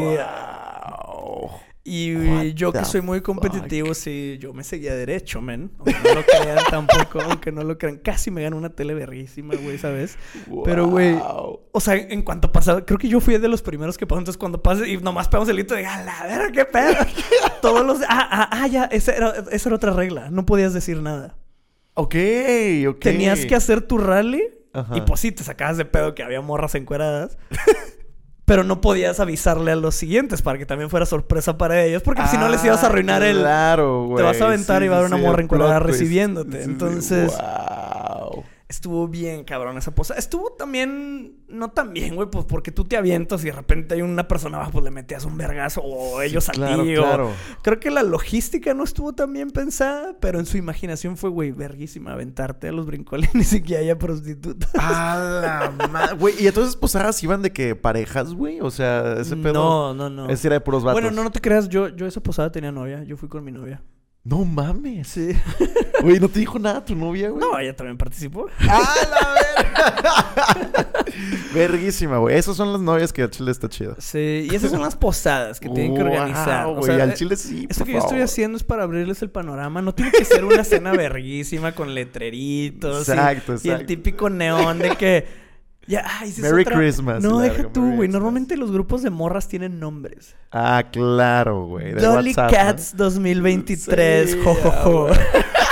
Wow. Y What yo que the soy muy competitivo, fuck? sí, yo me seguía derecho, men. Aunque no lo crean tampoco, aunque no lo crean. Casi me ganó una tele verguísima, güey, ¿sabes? Wow. Pero, güey, o sea, en cuanto pasaba, creo que yo fui de los primeros que pasó. Entonces, cuando pase y nomás pegamos el grito de, a la verga, qué pedo. Todos los... Ah, ah, ah, ya, esa era, esa era otra regla. No podías decir nada. Ok, ok. Tenías que hacer tu rally. Ajá. Y pues sí, te sacabas de pedo que había morras encueradas. Pero no podías avisarle a los siguientes para que también fuera sorpresa para ellos. Porque ah, si no les ibas a arruinar el... Claro, güey. Te vas a aventar sí, y va a haber sí, una morra encuadrada plot twist. recibiéndote. Sí, Entonces... Sí, wow. Estuvo bien, cabrón, esa posada. Estuvo también... No tan bien, güey. Pues porque tú te avientas y de repente hay una persona abajo, pues le metías un vergazo. O ellos Sí, a claro, ti. claro. O... Creo que la logística no estuvo tan bien pensada. Pero en su imaginación fue, güey, verguísima. Aventarte a los brincolines y que haya prostitutas. ¡A la madre! Güey, ¿y entonces posadas iban de que parejas, güey? O sea, ese pedo... No, no, no. Ese era de puros vatos. Bueno, no, no te creas. Yo, yo esa posada tenía novia. Yo fui con mi novia. No mames. Sí. Güey, ¿no te dijo nada tu novia, güey? No, ella también participó. ¡Ah, la verga! Verguísima, güey. Esas son las novias que al chile está chido. Sí, y esas son las posadas que tienen que organizar. Wow, o güey, sea, al chile sí, Esto por que yo estoy favor. haciendo es para abrirles el panorama. No tiene que ser una cena verguísima con letreritos. Exacto, y, exacto. Y el típico neón de que... Ya, ay, si es Merry otra... Christmas. No, larga, deja tú, Merry güey. Christmas. Normalmente los grupos de morras tienen nombres. Ah, claro, güey. de Dolly WhatsApp, Cats ¿no? dos mil veintitrés. Sí, jo, jo, jo. ah,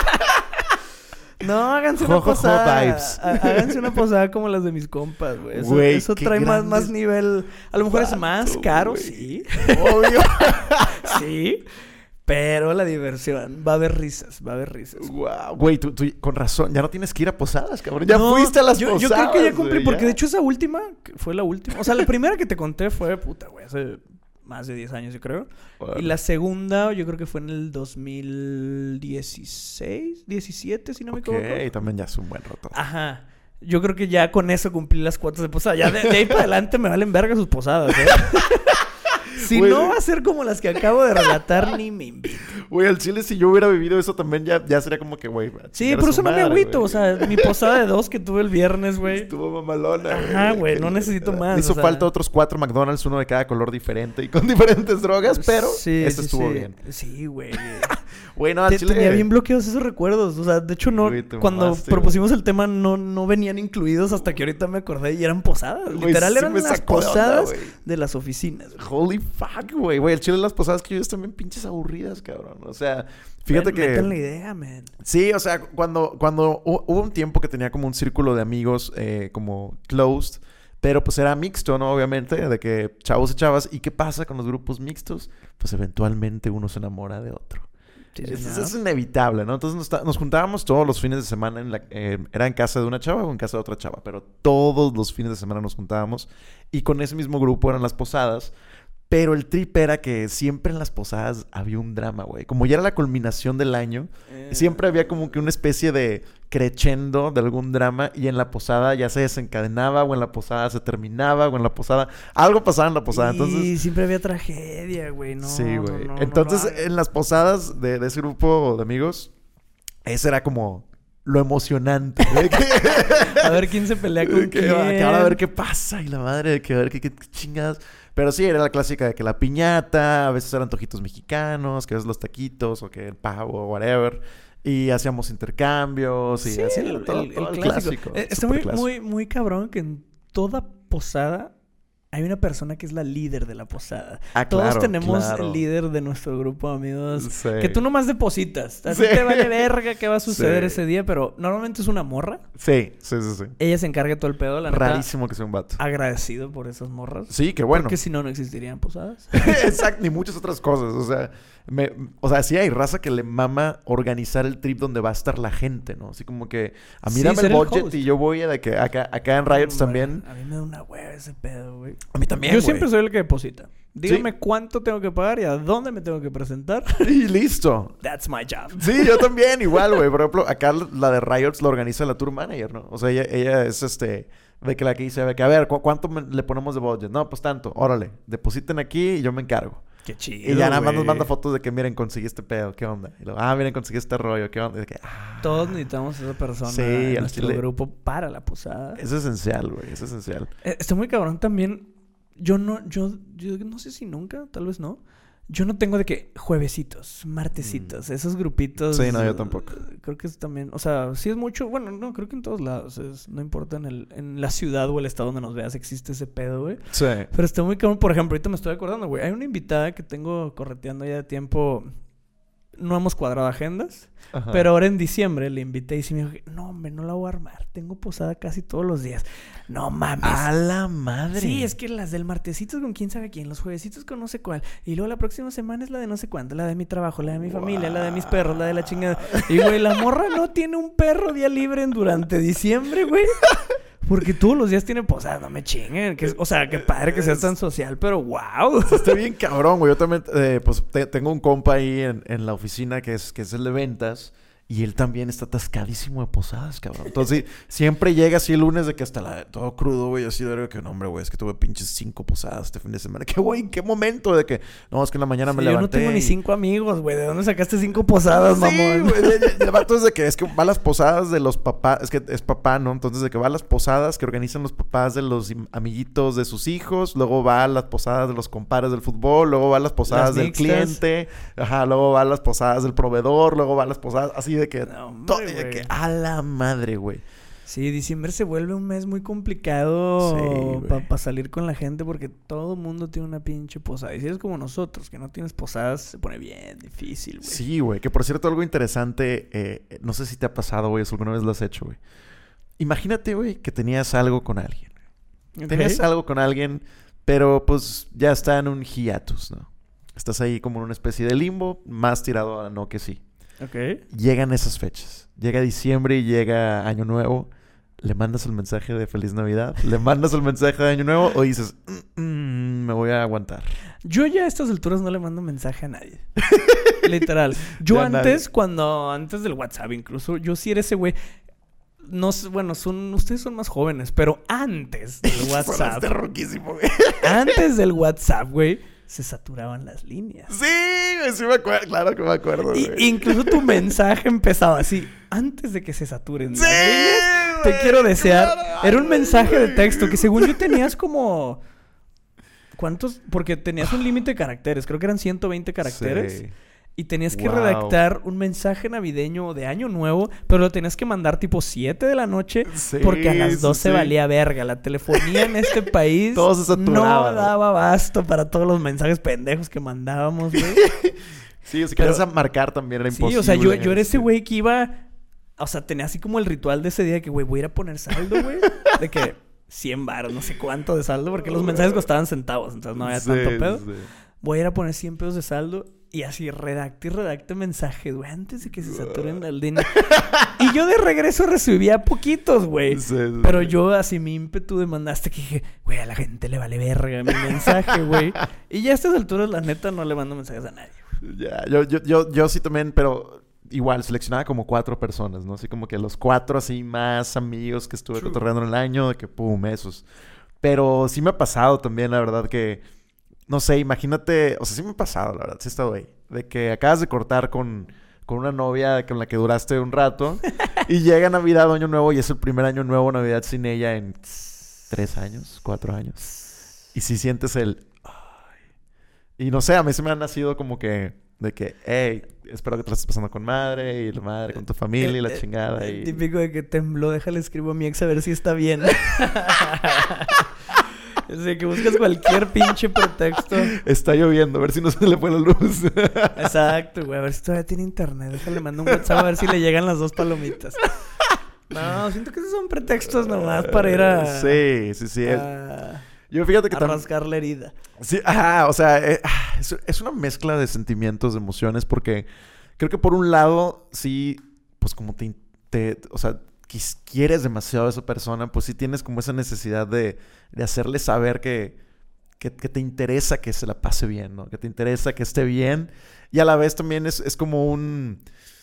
No, háganse Jo, una jo, jo posada. vibes. Há- Háganse una posada como las de mis compas, güey. Eso, Güey, eso qué trae más, grandes más nivel. A lo mejor es más vato, caro, güey. sí. Obvio. Sí. Pero la diversión. Va a haber risas, va a haber risas. Wow, güey, tú, tú, con razón. Ya no tienes que ir a posadas, cabrón. Ya No, fuiste a las yo, posadas. Yo creo que ya cumplí, güey, porque ya. de hecho esa última que fue la última. O sea, la primera que te conté fue puta, güey, hace más de diez años, yo creo. Bueno. Y la segunda, yo creo que fue en el dos mil dieciséis, diecisiete, si no me Ok, equivoco. también ya es un buen rato. Ajá. Yo creo que ya con eso cumplí las cuotas de posada. Ya de, de ahí para adelante me valen verga sus posadas, ¿eh? Si Güey. no va a ser como las que acabo de relatar, ni me invito. Güey, al chile, si yo hubiera vivido eso también, ya, ya sería como que, güey. a Sí, chingar a por su eso no me madre, agüito. güey. O sea, mi posada de dos que tuve el viernes, güey. Estuvo mamalona, güey. Ajá, güey, no necesito más, Me hizo o sea. falta otros cuatro McDonald's, uno de cada color diferente y con diferentes drogas, pero Sí, este sí, estuvo sí. bien. Sí, güey. Güey, no, al Te- chile... Tenía bien bloqueados esos recuerdos. O sea, de hecho, no. Güey, te Cuando mamaste, propusimos el tema, no, no venían incluidos hasta que ahorita me acordé y eran posadas. Güey, Literal, sí eran me las sacó de onda, posadas güey. de las oficinas. güey. Holy fuck, güey. Güey, el chile las posadas que yo están bien pinches aburridas, cabrón. O sea, fíjate Ven, que... metan la idea, man. Sí, o sea, cuando, cuando hu- hubo un tiempo que tenía como un círculo de amigos eh, como closed, pero pues era mixto, ¿no? Obviamente, de que chavos y chavas. ¿Y qué pasa con los grupos mixtos? Pues eventualmente uno se enamora de otro. Sí, es, señor. es inevitable, ¿no? Entonces nos, ta- nos juntábamos todos los fines de semana. En la, eh, era en casa de una chava o en casa de otra chava, pero todos los fines de semana nos juntábamos. Y con ese mismo grupo eran las posadas. Pero el trip era que siempre en las posadas había un drama, güey. Como ya era la culminación del año, eh. siempre había como que una especie de crescendo de algún drama. Y en la posada ya se desencadenaba, o en la posada se terminaba, o en la posada... Algo pasaba en la posada, y entonces... Y siempre había tragedia, güey. No, sí, güey. No, no, entonces, no en las posadas de, de ese grupo de amigos, ese era como... lo emocionante. ¿eh? A ver quién se pelea con que, quién. Que ahora a ver qué pasa. Y la madre de que a ver qué, qué, qué chingadas. Pero sí, era la clásica de que la piñata, a veces eran antojitos mexicanos, que a veces los taquitos, o que el pavo, o whatever. Y hacíamos intercambios y sí, así. El, todo, el, todo el el clásico. clásico. Eh, está muy, muy, muy cabrón que en toda posada hay una persona que es la líder de la posada. Ah, Todos claro, tenemos claro. el líder de nuestro grupo de amigos. Sí. Que tú nomás depositas. Así Sí. te vale verga qué va a suceder Sí. ese día. Pero normalmente es una morra. Sí, sí, sí, sí. Ella se encarga de todo el pedo. La neta, rarísimo que sea un vato. agradecido por esas morras. Sí, qué bueno. Porque si no, no existirían posadas. Exacto, ni muchas otras cosas. O sea, me, o sea, sí hay raza que le mama organizar el trip donde va a estar la gente, ¿no? Así como que a mí Sí, dame ser el el budget host. y yo voy a de que acá, acá en Riots Hombre, también. A mí me da una hueva ese pedo, güey. A mí también, Yo güey. siempre soy el que deposita. Dígame Sí. cuánto tengo que pagar y a dónde me tengo que presentar. Y listo. That's my job. Sí, yo también, igual, güey. Por ejemplo, acá la de Riots la organiza la tour manager, ¿no? O sea, ella, ella es este... de que la que dice, de que a ver, ¿cu- ¿cuánto me- le ponemos de budget? No, pues tanto. Órale, depositen aquí y yo me encargo. Qué chido, Y ya nada más güey. nos manda fotos de que, miren, conseguí este pedo. ¿Qué onda? Y luego, ah, miren, conseguí este rollo. ¿Qué onda? Y de que, ah... Todos necesitamos a esa persona Sí, en al nuestro chile. grupo para la posada. Es esencial, güey. Es esencial. Eh, Está muy cabrón también. Yo no, yo, yo no sé si nunca, tal vez no. Yo no tengo de que juevesitos, martesitos, esos grupitos. Sí, no, yo tampoco. eh, Creo que es también, o sea, sí es mucho, bueno, no, creo que en todos lados, es- no importa en el, en la ciudad o el estado donde nos veas, existe ese pedo, güey. Sí. Pero está muy cabrón, por ejemplo, ahorita me estoy acordando, güey, hay una invitada que tengo correteando ya de tiempo, no hemos cuadrado agendas, Ajá. pero ahora en diciembre le invité y sí me dijo, que, no, hombre, no la voy a armar, tengo posada casi todos los días. No mames. ¡A la madre! Sí, es que las del martesitos con quién sabe quién, los juevesitos con no sé cuál. Y luego la próxima semana es la de no sé cuánto, la de mi trabajo, la de mi familia, la de mis perros, la de la chingada. Y güey, la morra no tiene un perro día libre en durante diciembre, güey. Porque todos los días tiene posada, no me chinguen. Que es- o sea, qué padre que seas tan social, pero wow. Está bien cabrón, güey. Yo también, eh, pues, te- tengo un compa ahí en, en la oficina que es, que es el de ventas. Y él también está atascadísimo de posadas, cabrón. Entonces, sí, siempre llega así el lunes de que hasta la, todo crudo, güey. Así de que, no, hombre, güey, es que tuve pinches cinco posadas este fin de semana. ¿Qué, güey? ¿En qué momento? De que, no, es que en la mañana me Sí, yo no levanté. tengo ni y- cinco amigos, güey. ¿De dónde sacaste cinco posadas, Sí, mamón? güey. ya- ya- El vato es de que es que va a las posadas de los papás. Es que es papá, ¿no? Entonces, de que va a las posadas que organizan los papás de los im- amiguitos de sus hijos. Luego va a las posadas de los compadres del fútbol. Luego va a las posadas Las del mixtas. cliente. Ajá. Luego va a las posadas del proveedor. Luego va a las posadas así de que... No, hombre, to- de güey. que a la madre, güey. Sí, diciembre se vuelve un mes muy complicado Sí, para güey. salir con la gente porque todo el mundo tiene una pinche posada. Y si eres como nosotros, que no tienes posadas, se pone bien difícil, güey. Sí, güey. Que por cierto, algo interesante. eh, no sé si te ha pasado, güey. O si alguna vez lo has hecho, güey. Imagínate, güey, que tenías algo con alguien. Ok. Tenías algo con alguien, pero pues ya está en un hiatus, ¿no? Estás ahí como en una especie de limbo, más tirado a no que sí. Ok. Llegan esas fechas. Llega diciembre y llega Año Nuevo. ¿Le mandas el mensaje de Feliz Navidad? ¿Le mandas el mensaje de Año Nuevo? O dices, "Mm, mm, me voy a aguantar. Yo ya a estas alturas no le mando mensaje a nadie. Literal. Yo Ya antes, nadie. cuando... Antes del WhatsApp incluso, yo sí era ese güey... No sé, bueno, son, ustedes son más jóvenes, pero antes del WhatsApp... Sonaste roquísimo, güey. antes del WhatsApp, güey, se saturaban las líneas. Sí, güey, sí me acuerdo. Claro que me acuerdo, Y, güey. incluso tu mensaje empezaba así, antes de que se saturen Sí, las líneas, te güey, quiero desear. claro. Era un mensaje de texto que según yo tenías como... ¿Cuántos? Porque tenías un límite de caracteres, creo que eran ciento veinte caracteres. Sí. Y tenías que Wow. redactar un mensaje navideño de Año Nuevo, pero lo tenías que mandar tipo siete de la noche Sí, porque a las sí, doce sí. valía verga. La telefonía en este país Todo se saturaba, no daba abasto para todos los mensajes pendejos que mandábamos, güey. Sí, si Pero- querías marcar también era Sí, imposible. o sea, yo, yo era ese Sí. güey que iba... O sea, tenía así como el ritual de ese día que, güey, voy a ir a poner saldo, güey. De que cien baros, no sé cuánto de saldo, porque los mensajes costaban centavos, entonces no había Sí, tanto pedo. sí. Voy a ir a poner cien pesos de saldo. Y así, redacte y redacte mensajes, güey, antes de que se saturen la línea. Y yo de regreso recibía poquitos, güey. Sí, sí, Pero sí. yo, así, mi ímpetu de mandaste que dije, güey, a la gente le vale verga mi mensaje, güey. Y ya a estas alturas, la neta, no le mando mensajes a nadie, güey. Ya, yo, yo, yo, yo sí también, pero igual, seleccionaba como cuatro personas, ¿no? Así como que los cuatro así más amigos que estuve True. cotorreando en el año, de que pum, esos. Pero sí me ha pasado también, la verdad, que... No sé, imagínate... O sea, sí me ha pasado, la verdad. Sí he estado ahí. De que acabas de cortar con, con una novia con la que duraste un rato. Y llega Navidad o Año Nuevo y es el primer Año Nuevo, Navidad sin ella en tres años, cuatro años. Y sí sientes el... Ay. Y no sé, a mí se me ha nacido como que... De que, hey, espero que te lo estés pasando con madre. Y la madre con tu familia el, y la el, chingada. El y... típico de que tembló. Déjale escribo a mi ex a ver si está bien. O sea, que buscas cualquier pinche pretexto. Está lloviendo, a ver si no se le fue la luz. Exacto, güey. A ver si todavía tiene internet. Déjale, mando un WhatsApp a ver si le llegan las dos palomitas. No, siento que esos son pretextos nomás para ir a... Sí, sí, sí. A, Yo fíjate que... A tam... rascar la herida. Sí, ajá, o sea, eh, es, es una mezcla de sentimientos, de emociones, porque creo que por un lado, sí, pues como te... te o sea... quieres demasiado a esa persona, pues sí tienes como esa necesidad de, de hacerle saber que, que, que te interesa que se la pase bien, ¿no? Que te interesa que esté bien. Y a la vez también es, es como un...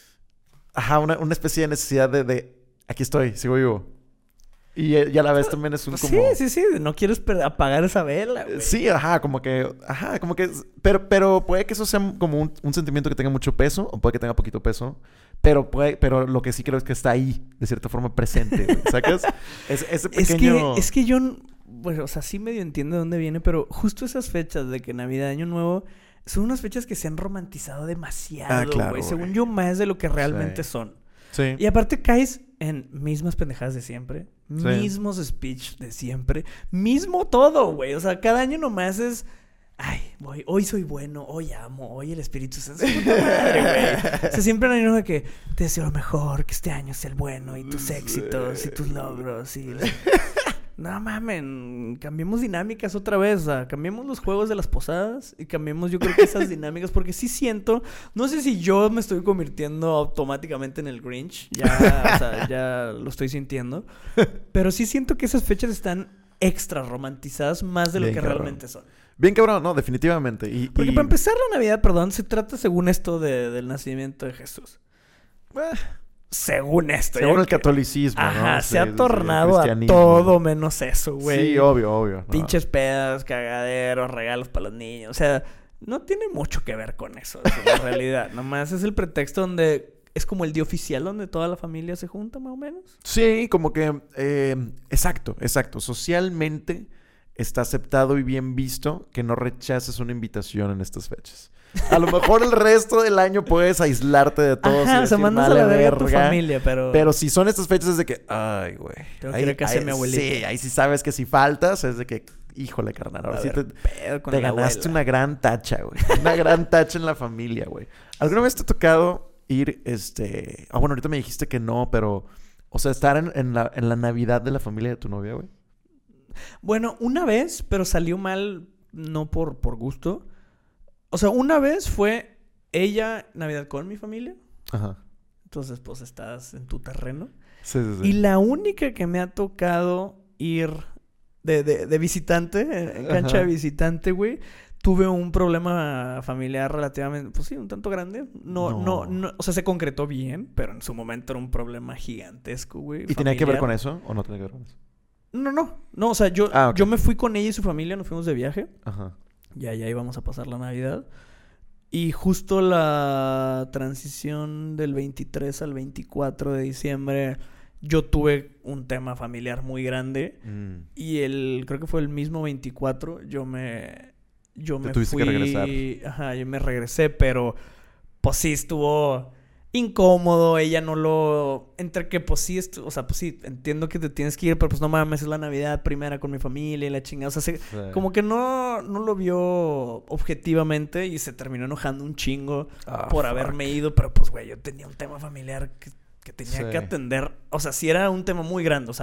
Ajá, una, una especie de necesidad de, de... Aquí estoy, sigo vivo. Y, y a la vez también es un como... Sí, sí, sí. No quieres apagar esa vela, güey. Sí, ajá, como que... Ajá, como que... Pero, pero puede que eso sea como un, un sentimiento que tenga mucho peso, o puede que tenga poquito peso. Pero puede, pero lo que sí creo es que está ahí, de cierta forma presente, güey. ¿Sacas? Es, ese pequeño... Es que, es que yo... Bueno, o sea, sí medio entiendo de dónde viene, pero justo esas fechas de que Navidad, Año Nuevo... Son unas fechas que se han romantizado demasiado, ah, claro, güey. Según yo, más de lo que realmente sí. son. Sí. Y aparte caes en mismas pendejadas de siempre. Sí. Mismos speech de siempre. Mismo todo, güey. O sea, cada año nomás es... Ay, voy, hoy soy bueno, hoy amo, hoy el Espíritu Santo es puta madre, güey. O sea, siempre hay uno de que te deseo lo mejor, que este año sea el bueno, y tus éxitos, y tus logros, y... No mamen, cambiemos dinámicas otra vez, o sea, cambiemos los juegos de las posadas y cambiemos yo creo que esas dinámicas, porque sí siento, no sé si yo me estoy convirtiendo automáticamente en el Grinch, ya, o sea, ya lo estoy sintiendo, pero sí siento que esas fechas están extra romantizadas más de lo Bien, que cabrón. realmente son. Bien cabrón, no, definitivamente. Y, Porque y... para empezar la Navidad, perdón, se trata según esto de, del nacimiento de Jesús. Eh, según esto. Según el que... catolicismo, Ajá, ¿no? se sí, ha tornado a todo menos eso, güey. Sí, obvio, obvio. No. Pinches pedas, cagaderos, regalos para los niños. O sea, no tiene mucho que ver con eso, eso en realidad. Nomás es el pretexto donde... Es como el día oficial donde toda la familia se junta, más o menos. Sí, como que... Eh, exacto, exacto. Socialmente... está aceptado y bien visto que no rechaces una invitación en estas fechas. A lo mejor el resto del año puedes aislarte de todos. Ajá, y decir, o sea, mandas a la verga a tu familia, pero... Pero si son estas fechas es de que... Ay, güey. Tengo que ir a casa de mi abuelita. Sí, ahí sí sabes que si faltas es de que... Híjole, carnal. Ahora a sí ver, te, te ganaste una gran tacha, güey. Una gran tacha en la familia, güey. ¿Alguna vez te ha tocado ir, este... Ah, bueno, ahorita me dijiste que no, pero... O sea, estar en, en, la, en la Navidad de la familia de tu novia, güey. Bueno, una vez, pero salió mal, no por, por gusto. O sea, una vez fue ella Navidad con mi familia. Ajá. Entonces, pues, estás en tu terreno. Sí, sí, sí. Y la única que me ha tocado ir de, de, de visitante, en cancha Ajá. de visitante, güey, tuve un problema familiar relativamente, pues sí, un tanto grande. No, no, no, no, o sea, se concretó bien, pero en su momento era un problema gigantesco, güey. ¿Y familiar. Tenía que ver con eso o no tenía que ver con eso? No, no. No, o sea, yo, ah, okay. yo me fui con ella y su familia, nos fuimos de viaje. Ajá. Ya, ya íbamos a pasar la Navidad. Y justo la transición del veintitrés al veinticuatro de diciembre, yo tuve un tema familiar muy grande. Mm. Y el, creo que fue el mismo veinticuatro, yo me... Yo Te me tuviste fui... que regresar. Ajá, yo me regresé, pero... Pues sí, estuvo... incómodo, ella no lo... Entre que, pues sí, esto, o sea, pues sí, entiendo que te tienes que ir, pero pues no mames, es la Navidad primera con mi familia y la chingada. O sea, se, sí. como que no, no lo vio objetivamente y se terminó enojando un chingo oh, por fuck. haberme ido. Pero pues, güey, yo tenía un tema familiar que, que tenía sí. que atender. O sea, sí era un tema muy grande, o sea, uh-huh.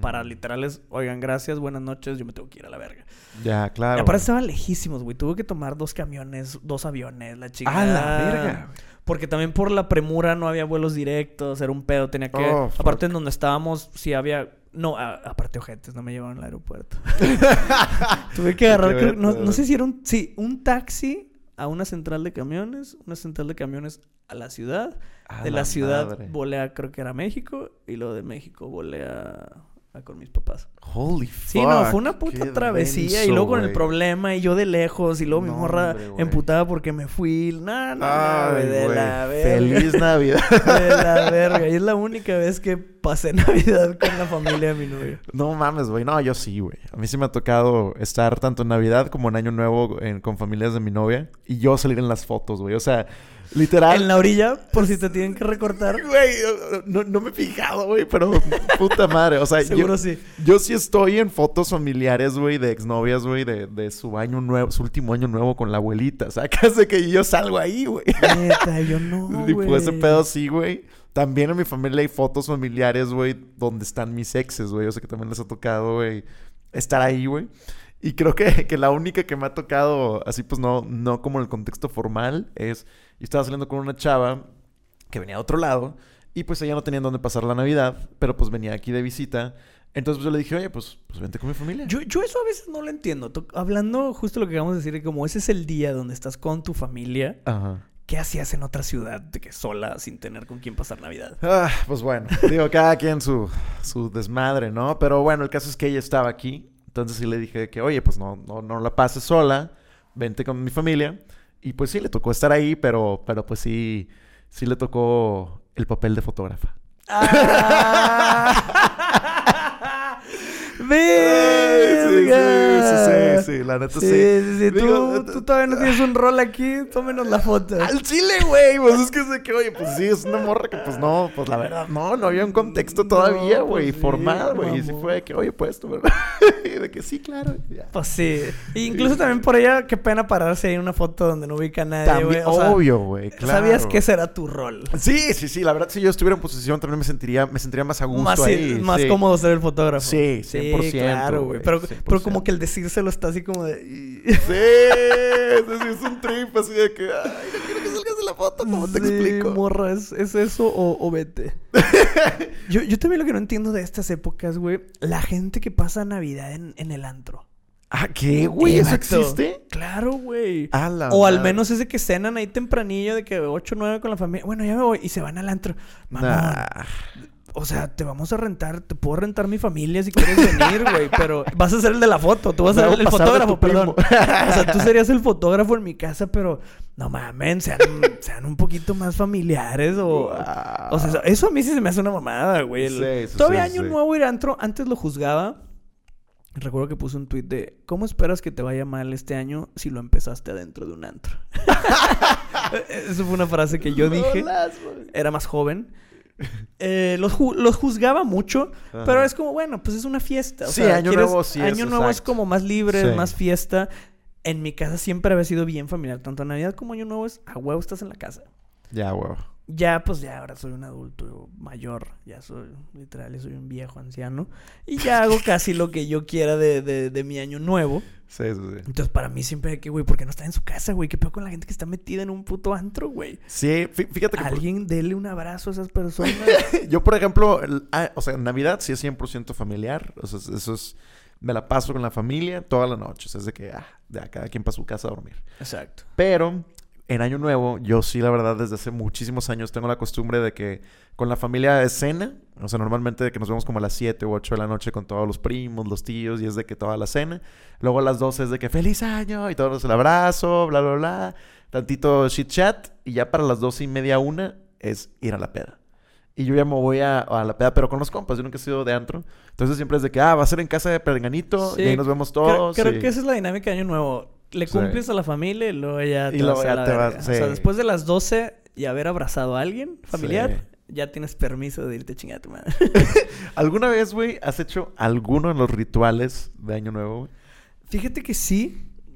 para literales, oigan, gracias, buenas noches, yo me tengo que ir a la verga. Ya, claro. Y aparte estaban lejísimos, güey. Tuve que tomar dos camiones, dos aviones, la chingada. ¡Ah, la verga! Porque también por la premura no había vuelos directos, era un pedo, tenía que... Oh, aparte en donde estábamos, sí había... No, a, aparte ojetes, no me llevaron al aeropuerto. Tuve que agarrar, creo, no, no sé si era un... Sí, un taxi a una central de camiones, una central de camiones a la ciudad. A de la, la ciudad madre. volé a, creo que era México, y luego de México volé a... a con mis papás. Holy fuck. Sí, no, fue una puta travesía. denso, y luego con güey. el problema, y yo de lejos, y luego No, mi morra hombre, güey. emputada porque me fui. No, no, Ay, no, güey, de güey. la verga. Feliz Navidad. De la verga. Y es la única vez que pasé Navidad con la familia de mi novio. No mames, güey. No, yo sí, güey. A mí sí me ha tocado estar tanto en Navidad como en Año Nuevo en- con familias de mi novia. Y yo salir en las fotos, güey. O sea, literal... En la orilla, por si te tienen que recortar. Güey, no, no me he fijado, güey, pero puta madre. O sea, Seguro yo, sí. yo sí estoy en fotos familiares, güey, de exnovias, güey, de, de su año nuevo, su último año nuevo con la abuelita. Sacas de que yo salgo ahí, güey. Neta, yo no, Y güey. pues ese pedo sí, güey. También en mi familia hay fotos familiares, güey, donde están mis exes, güey. O sea que también les ha tocado, güey, estar ahí, güey. Y creo que, que la única que me ha tocado, así pues no, no como en el contexto formal, es... Yo estaba saliendo con una chava que venía de otro lado y pues ella no tenía dónde pasar la Navidad, pero pues venía aquí de visita. Entonces pues yo le dije, oye, pues, pues vente con mi familia. Yo, yo eso a veces no lo entiendo. To- hablando justo lo que acabamos de decir, de como ese es el día donde estás con tu familia. Ajá. ¿Qué hacías en otra ciudad de que sola, sin tener con quién pasar Navidad? Ah, pues bueno, digo, cada quien su, su desmadre, ¿no? Pero bueno, el caso es que ella estaba aquí. Entonces sí le dije que, oye, pues no, no, no la pases sola, vente con mi familia. Y pues sí, le tocó estar ahí, pero, pero pues sí, sí le tocó el papel de fotógrafa. ¡Ah! ¡Verga! Sí, sí, sí, sí, la neta sí. Sí, sí, sí. Digo, Tú, tú todavía no tienes un rol aquí, tómenos la foto. Al chile, güey. Pues es que sé que, oye, pues sí, es una morra que, pues no, pues la verdad, no, no había un contexto todavía, No, güey, pues sí, formal, güey. Y sí mamón. fue de que, oye, pues tú, ¿verdad? Y de que sí, claro. Ya. Pues sí. E incluso también por ella, qué pena pararse ahí en una foto donde no ubica a nadie, También, güey. O sea, obvio, güey, claro. sabías que ese era tu rol. Sí, sí, sí. La verdad, si yo estuviera en posición, también me sentiría, me sentiría más a gusto Más, ahí. más sí. cómodo ser el fotógrafo. Sí, cien por ciento, Sí, claro, güey. güey, Pero, cien por pero como ciento. que el decírselo está así como de... Sí, sí, sí, es un trip así de que, ay, no quiero que salgas de la foto, ¿cómo te Sí, explico? morra, ¿es, es eso o, o vete? yo, yo también lo que no entiendo de estas épocas, güey, la gente que pasa Navidad en, en el antro. ¿Ah, qué, güey? ¿Eso Exacto. existe? Claro, güey. A la O al madre. menos ese que cenan ahí tempranillo de que ocho o nueve con la familia. Bueno, ya me voy. Y se van al antro. Mamón. Nah. O sea, te vamos a rentar. Te puedo rentar mi familia si quieres venir, güey. Pero vas a ser el de la foto. Tú vas a Me ser voy a el pasar de fotógrafo, tu primo. perdón. O sea, tú serías el fotógrafo en mi casa, pero... No mames, sean, sean un poquito más familiares o... Wow. O sea, eso a mí sí se me hace una mamada, güey. El- Sí, sí, Todavía sí, año sí. nuevo ir a antro. Antes lo juzgaba. Recuerdo que puse un tuit de ¿cómo esperas que te vaya mal este año si lo empezaste adentro de un antro? Eso fue una frase que yo dije. Bolas, güey. Era más joven. Eh, los, ju- los juzgaba mucho, Ajá. pero es como, bueno, pues es una fiesta. O Sí, sea, Año quieres- Nuevo sí es, Año Nuevo es exacto. como más libre, Sí. es más fiesta. En mi casa siempre había sido bien familiar. Tanto Navidad como Año Nuevo es a huevo estás en la casa. Ya, güey. Ya, pues ya ahora soy un adulto mayor. Ya soy, literal, ya soy un viejo anciano. Y ya hago casi lo que yo quiera de, de, de mi año nuevo. Sí, sí, sí. Entonces, para mí siempre hay que, güey, ¿por qué no está en su casa, güey? ¿Qué peor con la gente que está metida en un puto antro, güey? Sí, fí- fíjate que... por- Alguien dele un abrazo a esas personas. Yo, por ejemplo, el- ah, o sea, Navidad sí es cien por ciento familiar. O sea, eso es... Me la paso con la familia toda la noche. O sea, es de que, ah, ya, cada quien para su casa a dormir. Exacto. Pero en Año Nuevo, yo sí, la verdad, desde hace muchísimos años tengo la costumbre de que con la familia es cena. O sea, normalmente de que nos vemos como a las siete u ocho de la noche con todos los primos, los tíos, y es de que toda la cena. Luego a las doce es de que ¡feliz año! Y todos el abrazo, bla, bla, bla. Tantito chit chat. Y ya para las doce y media, una, es ir a la peda. Y yo ya me voy a, a la peda, pero con los compas. Yo nunca he sido de antro. Entonces siempre es de que, ah, va a ser en casa de Perenganito. Sí, Y ahí nos vemos Creo, todos. creo y- que esa es la dinámica de año nuevo. Le Sí. cumples a la familia y luego ya te Y luego vas a ya la te verga. vas, O sea, sí. después de las doce y haber abrazado a alguien familiar, Sí. ya tienes permiso de irte a chingar a tu madre. ¿Alguna vez, güey, has hecho alguno de los rituales de Año Nuevo, güey? Fíjate que sí,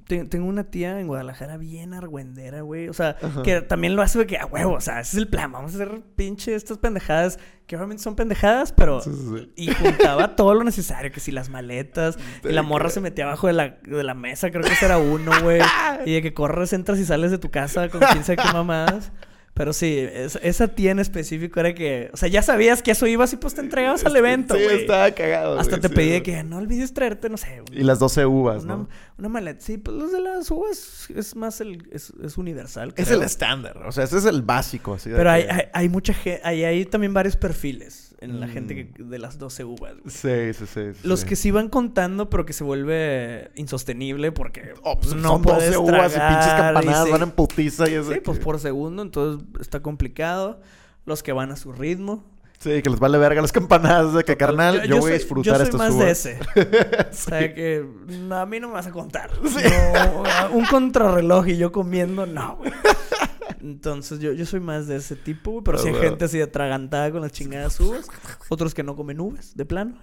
te, tengo una tía en Guadalajara bien argüendera, güey. O sea, ajá, que también lo hace de que a huevo, o sea, ese es el plan. Vamos a hacer pinche estas pendejadas, que obviamente son pendejadas, pero... Sí, sí. Y juntaba todo lo necesario, que si las maletas, y la morra se metía abajo de la, de la mesa, creo que ese era uno, güey. Y de que corres, entras y sales de tu casa con quién sabe qué mamadas. Pero sí, es, esa tía en específico era que... O sea, ya sabías que eso ibas y pues te entregabas al evento, güey. Sí, estaba cagado, hasta güey, te sí, pedí de que no olvides traerte, no sé... Y las doce uvas, una, ¿no? Una maleta. Sí, pues los de las uvas es más el... Es, es universal, creo. Es el estándar. O sea, ese es el básico, así. Pero hay, que... hay, hay mucha gente... Hay, hay también varios perfiles en la mm. gente que, de las doce uvas, güey. Sí, sí, sí, sí. Los que sí van contando, pero que se vuelve insostenible porque... Oh, pues no son puedes doce uvas y pinches campanadas, y van en putiza y eso. Sí, que... pues por segundo, entonces está complicado. Los que van a su ritmo. Sí, que les vale verga las campanadas de que, carnal, yo, yo, yo voy soy, a disfrutar estos uvas. Yo soy más uvas. de ese. Sí. O sea, que no, a mí no me vas a contar. Sí. No, un contrarreloj y yo comiendo, no, güey. Entonces, yo, yo soy más de ese tipo, güey. Pero oh, sí hay wow. gente así atragantada con las chingadas uvas. Otros que no comen uvas, de plano.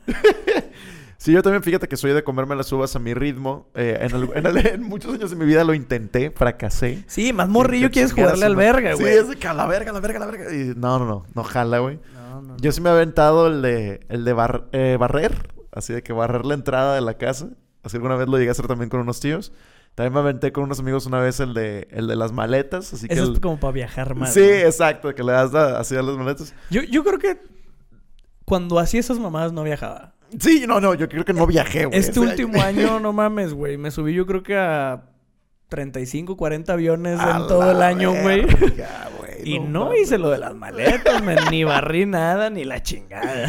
Sí, yo también, fíjate que soy de comerme las uvas a mi ritmo. Eh, en, el, en, el, en muchos años de mi vida lo intenté, fracasé. Sí, más morrillo quieres jugarle al verga, güey. Sí, es de que a la verga, la verga, la verga. Y no, no, no, no jala, güey. No, no, yo sí me he aventado el de, el de bar, eh, barrer. Así de que barrer la entrada de la casa. Así alguna vez lo llegué a hacer también con unos tíos. También me aventé con unos amigos una vez el de, el de las maletas. Así que Eso el... es como para viajar más. Sí, ¿no? Exacto. Que le das la, así a las maletas. Yo, yo creo que cuando hacía esas mamadas no viajaba. Sí, no, no. Yo creo que no viajé, güey. Este último año, no mames, güey. Me subí yo creo que a treinta y cinco, cuarenta aviones a en todo el año, güey. Y no, no hice lo de las maletas, man. Ni barrí nada, ni la chingada.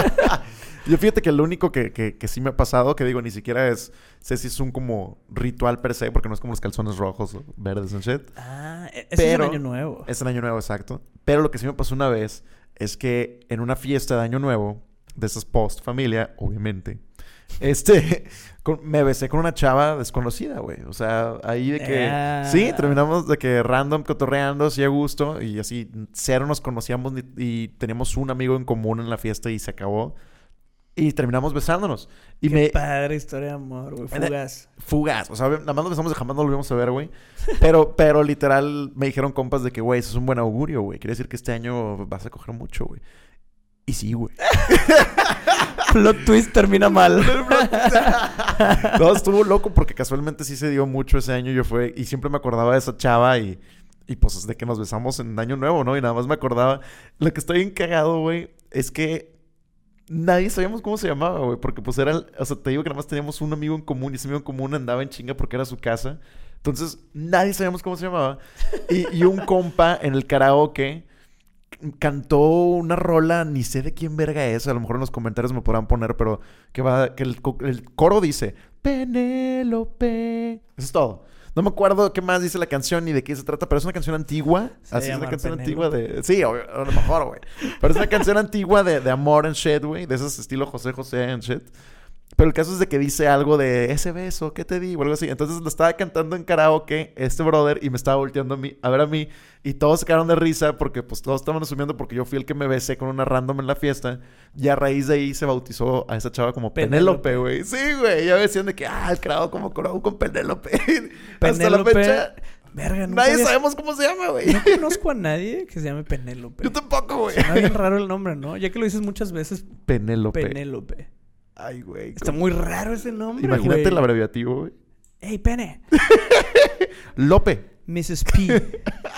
Yo fíjate que lo único que, que, que sí me ha pasado, que digo, ni siquiera es... Sé si es un como ritual per se, porque no es como los calzones rojos o verdes and shit. Ah, es el año nuevo. Es el año nuevo, exacto. Pero lo que sí me pasó una vez es que en una fiesta de año nuevo, de esas post familia, obviamente, este... Con, me besé con una chava desconocida, güey. O sea, ahí de que... Ah. Sí, terminamos de que random cotorreando, así a gusto. Y así, cero nos conocíamos ni, y teníamos un amigo en común en la fiesta y se acabó. Y terminamos besándonos. Y Qué me... padre historia de amor, güey. Fugaz. Fugaz. O sea, nada más nos besamos y jamás nos volvimos a ver, güey. Pero, pero literal me dijeron compas de que, güey, eso es un buen augurio, güey. Quiere decir que este año vas a coger mucho, güey. Y sí, güey. Plot twist termina mal. No, estuvo loco porque casualmente sí se dio mucho ese año. Yo fue... Y siempre me acordaba de esa chava y... Y pues es de que nos besamos en Año Nuevo, ¿no? Y nada más me acordaba... Lo que estoy encagado, güey, es que... Nadie sabíamos cómo se llamaba, güey. Porque pues era... El, o sea, te digo que nada más teníamos un amigo en común. Y ese amigo en común andaba en chinga porque era su casa. Entonces, nadie sabíamos cómo se llamaba. Y, y un compa en el karaoke... Cantó una rola, ni sé de quién verga es. A lo mejor en los comentarios me podrán poner, pero que va, que el, el coro dice Penélope. Eso es todo. No me acuerdo qué más dice la canción ni de qué se trata, pero es una canción antigua. Se Así es una canción Penélope. Antigua de... Sí, a lo mejor, güey. Pero es una canción antigua de, de amor and shit, güey. De esos estilo José José and shit. Pero el caso es de que dice algo de ese beso, ¿qué te di? O algo así. Entonces lo estaba cantando en karaoke este brother y me estaba volteando a mí, a ver a mí. Y todos se quedaron de risa porque pues todos estaban asumiendo porque yo fui el que me besé con una random en la fiesta. Y a raíz de ahí se bautizó a esa chava como Penélope, güey. Sí, güey. Ya decían de que, ah, el karaoke como coró con Penélope. Hasta la fecha... Verga, no nadie sabías... sabemos cómo se llama, güey. No conozco a nadie que se llame Penélope. Yo tampoco, güey. Suena bien raro el nombre, ¿no? Ya que lo dices muchas veces. Penélope. Penélope. Ay, güey. Está muy raro ese nombre, Imagínate güey. el abreviativo, güey. Ey, Pene. Lope. missus P.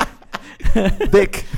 Dick.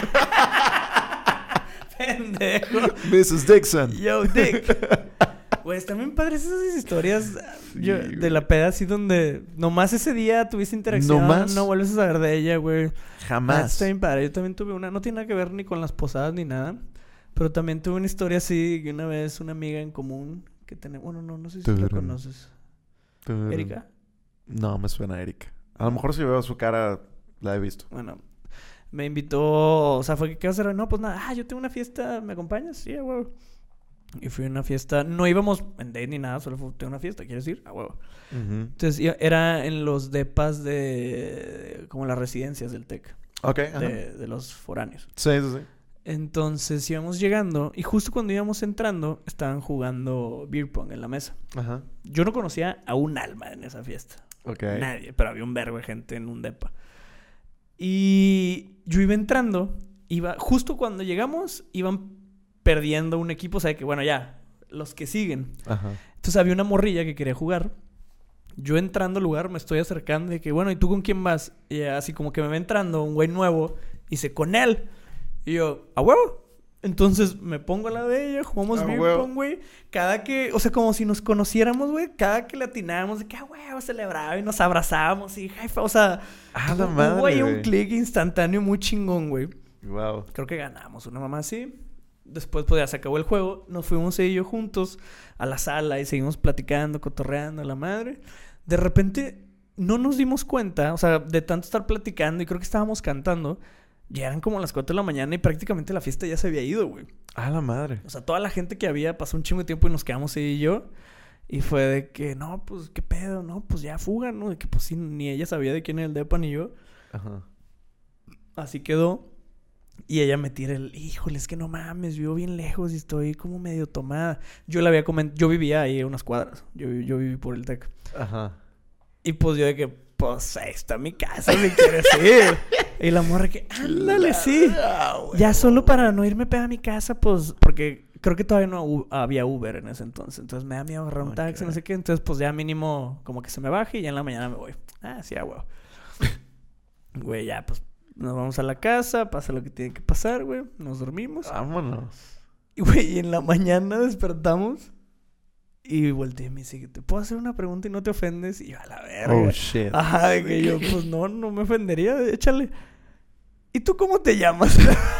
Pendejo. missus Dixon. Yo, Dick. Güey, están bien padres esas historias sí, yo, de la peda así donde nomás ese día tuviste interacción. ¿Nomás? No vuelves a saber de ella, güey. Jamás. Ah, está bien padre. Yo también tuve una... No tiene nada que ver ni con las posadas ni nada. Pero también tuve una historia así, que una vez una amiga en común que tenemos... Bueno, no, no sé si tú la conoces. Turum. ¿Erika? No, me suena Erika. A lo mejor si veo su cara, la he visto. Bueno, me invitó... O sea, fue que, ¿qué vas a hacer? No, pues nada. Ah, yo tengo una fiesta, ¿me acompañas? Sí, a huevo. Y fui a una fiesta... No íbamos en date ni nada, solo fue una fiesta, ¿quieres decir? A huevo. Uh-huh. Entonces, era en los depas de... Como las residencias del TEC. Ok. De, de los foráneos. Sí, sí, sí. Entonces íbamos llegando y justo cuando íbamos entrando estaban jugando beer pong en la mesa. Ajá. Yo no conocía a un alma en esa fiesta. Ok. Nadie, pero había un verbo de gente en un depa. Y yo iba entrando, iba justo cuando llegamos iban perdiendo un equipo, o sea que bueno, ya, los que siguen. Ajá. Entonces había una morrilla que quería jugar. Yo entrando al lugar me estoy acercando de que, bueno, ¿y tú con quién vas? Y así como que me va entrando un güey nuevo y dice, con él. Y yo, ¿a huevo? Entonces me pongo al lado de ella, jugamos beer pong, güey. Cada que, o sea, como si nos conociéramos, güey. Cada que le atinábamos, de que, ah, huevo, celebraba y nos abrazábamos y jefa, o sea, ah, la madre, güey, un clic instantáneo muy chingón, güey. Wow. Creo que ganamos una mamá así. Después, pues ya se acabó el juego. Nos fuimos ella y yo juntos a la sala y seguimos platicando, cotorreando a la madre. De repente, no nos dimos cuenta, o sea, de tanto estar platicando y creo que estábamos cantando. Ya eran como las cuatro de la mañana y prácticamente la fiesta ya se había ido, güey. Ah, la madre. O sea, toda la gente que había pasó un chingo de tiempo y nos quedamos ella y yo. Y fue de que, no, pues, ¿qué pedo? No, pues ya fuga, ¿no? De que, pues, sí, ni ella sabía de quién era el depa ni yo. Ajá. Así quedó. Y ella me tira el, híjole, es que no mames, vivo bien lejos y estoy como medio tomada. Yo le había comentado, yo vivía ahí a unas cuadras. Yo, yo viví por el Tec. Ajá. Y pues yo de que, pues, ahí está mi casa, si quieres ir. Y la morra que, ándale, sí. Ya solo para no irme pega a mi casa, pues, porque creo que todavía no u- había Uber en ese entonces. Entonces me da miedo agarrar un taxi, Okay. no sé qué. Entonces, pues ya mínimo como que se me baje y ya en la mañana me voy. Ah, sí, ah, güey. Güey, ya, pues nos vamos a la casa, pasa lo que tiene que pasar, güey. Nos dormimos. Vámonos. Y, güey, y en la mañana despertamos y volteé y me dice, ¿te puedo hacer una pregunta y no te ofendes? Y yo, a la verga. Oh, shit. Ajá, de que yo, pues no, no me ofendería, échale. ¿Y tú cómo te llamas?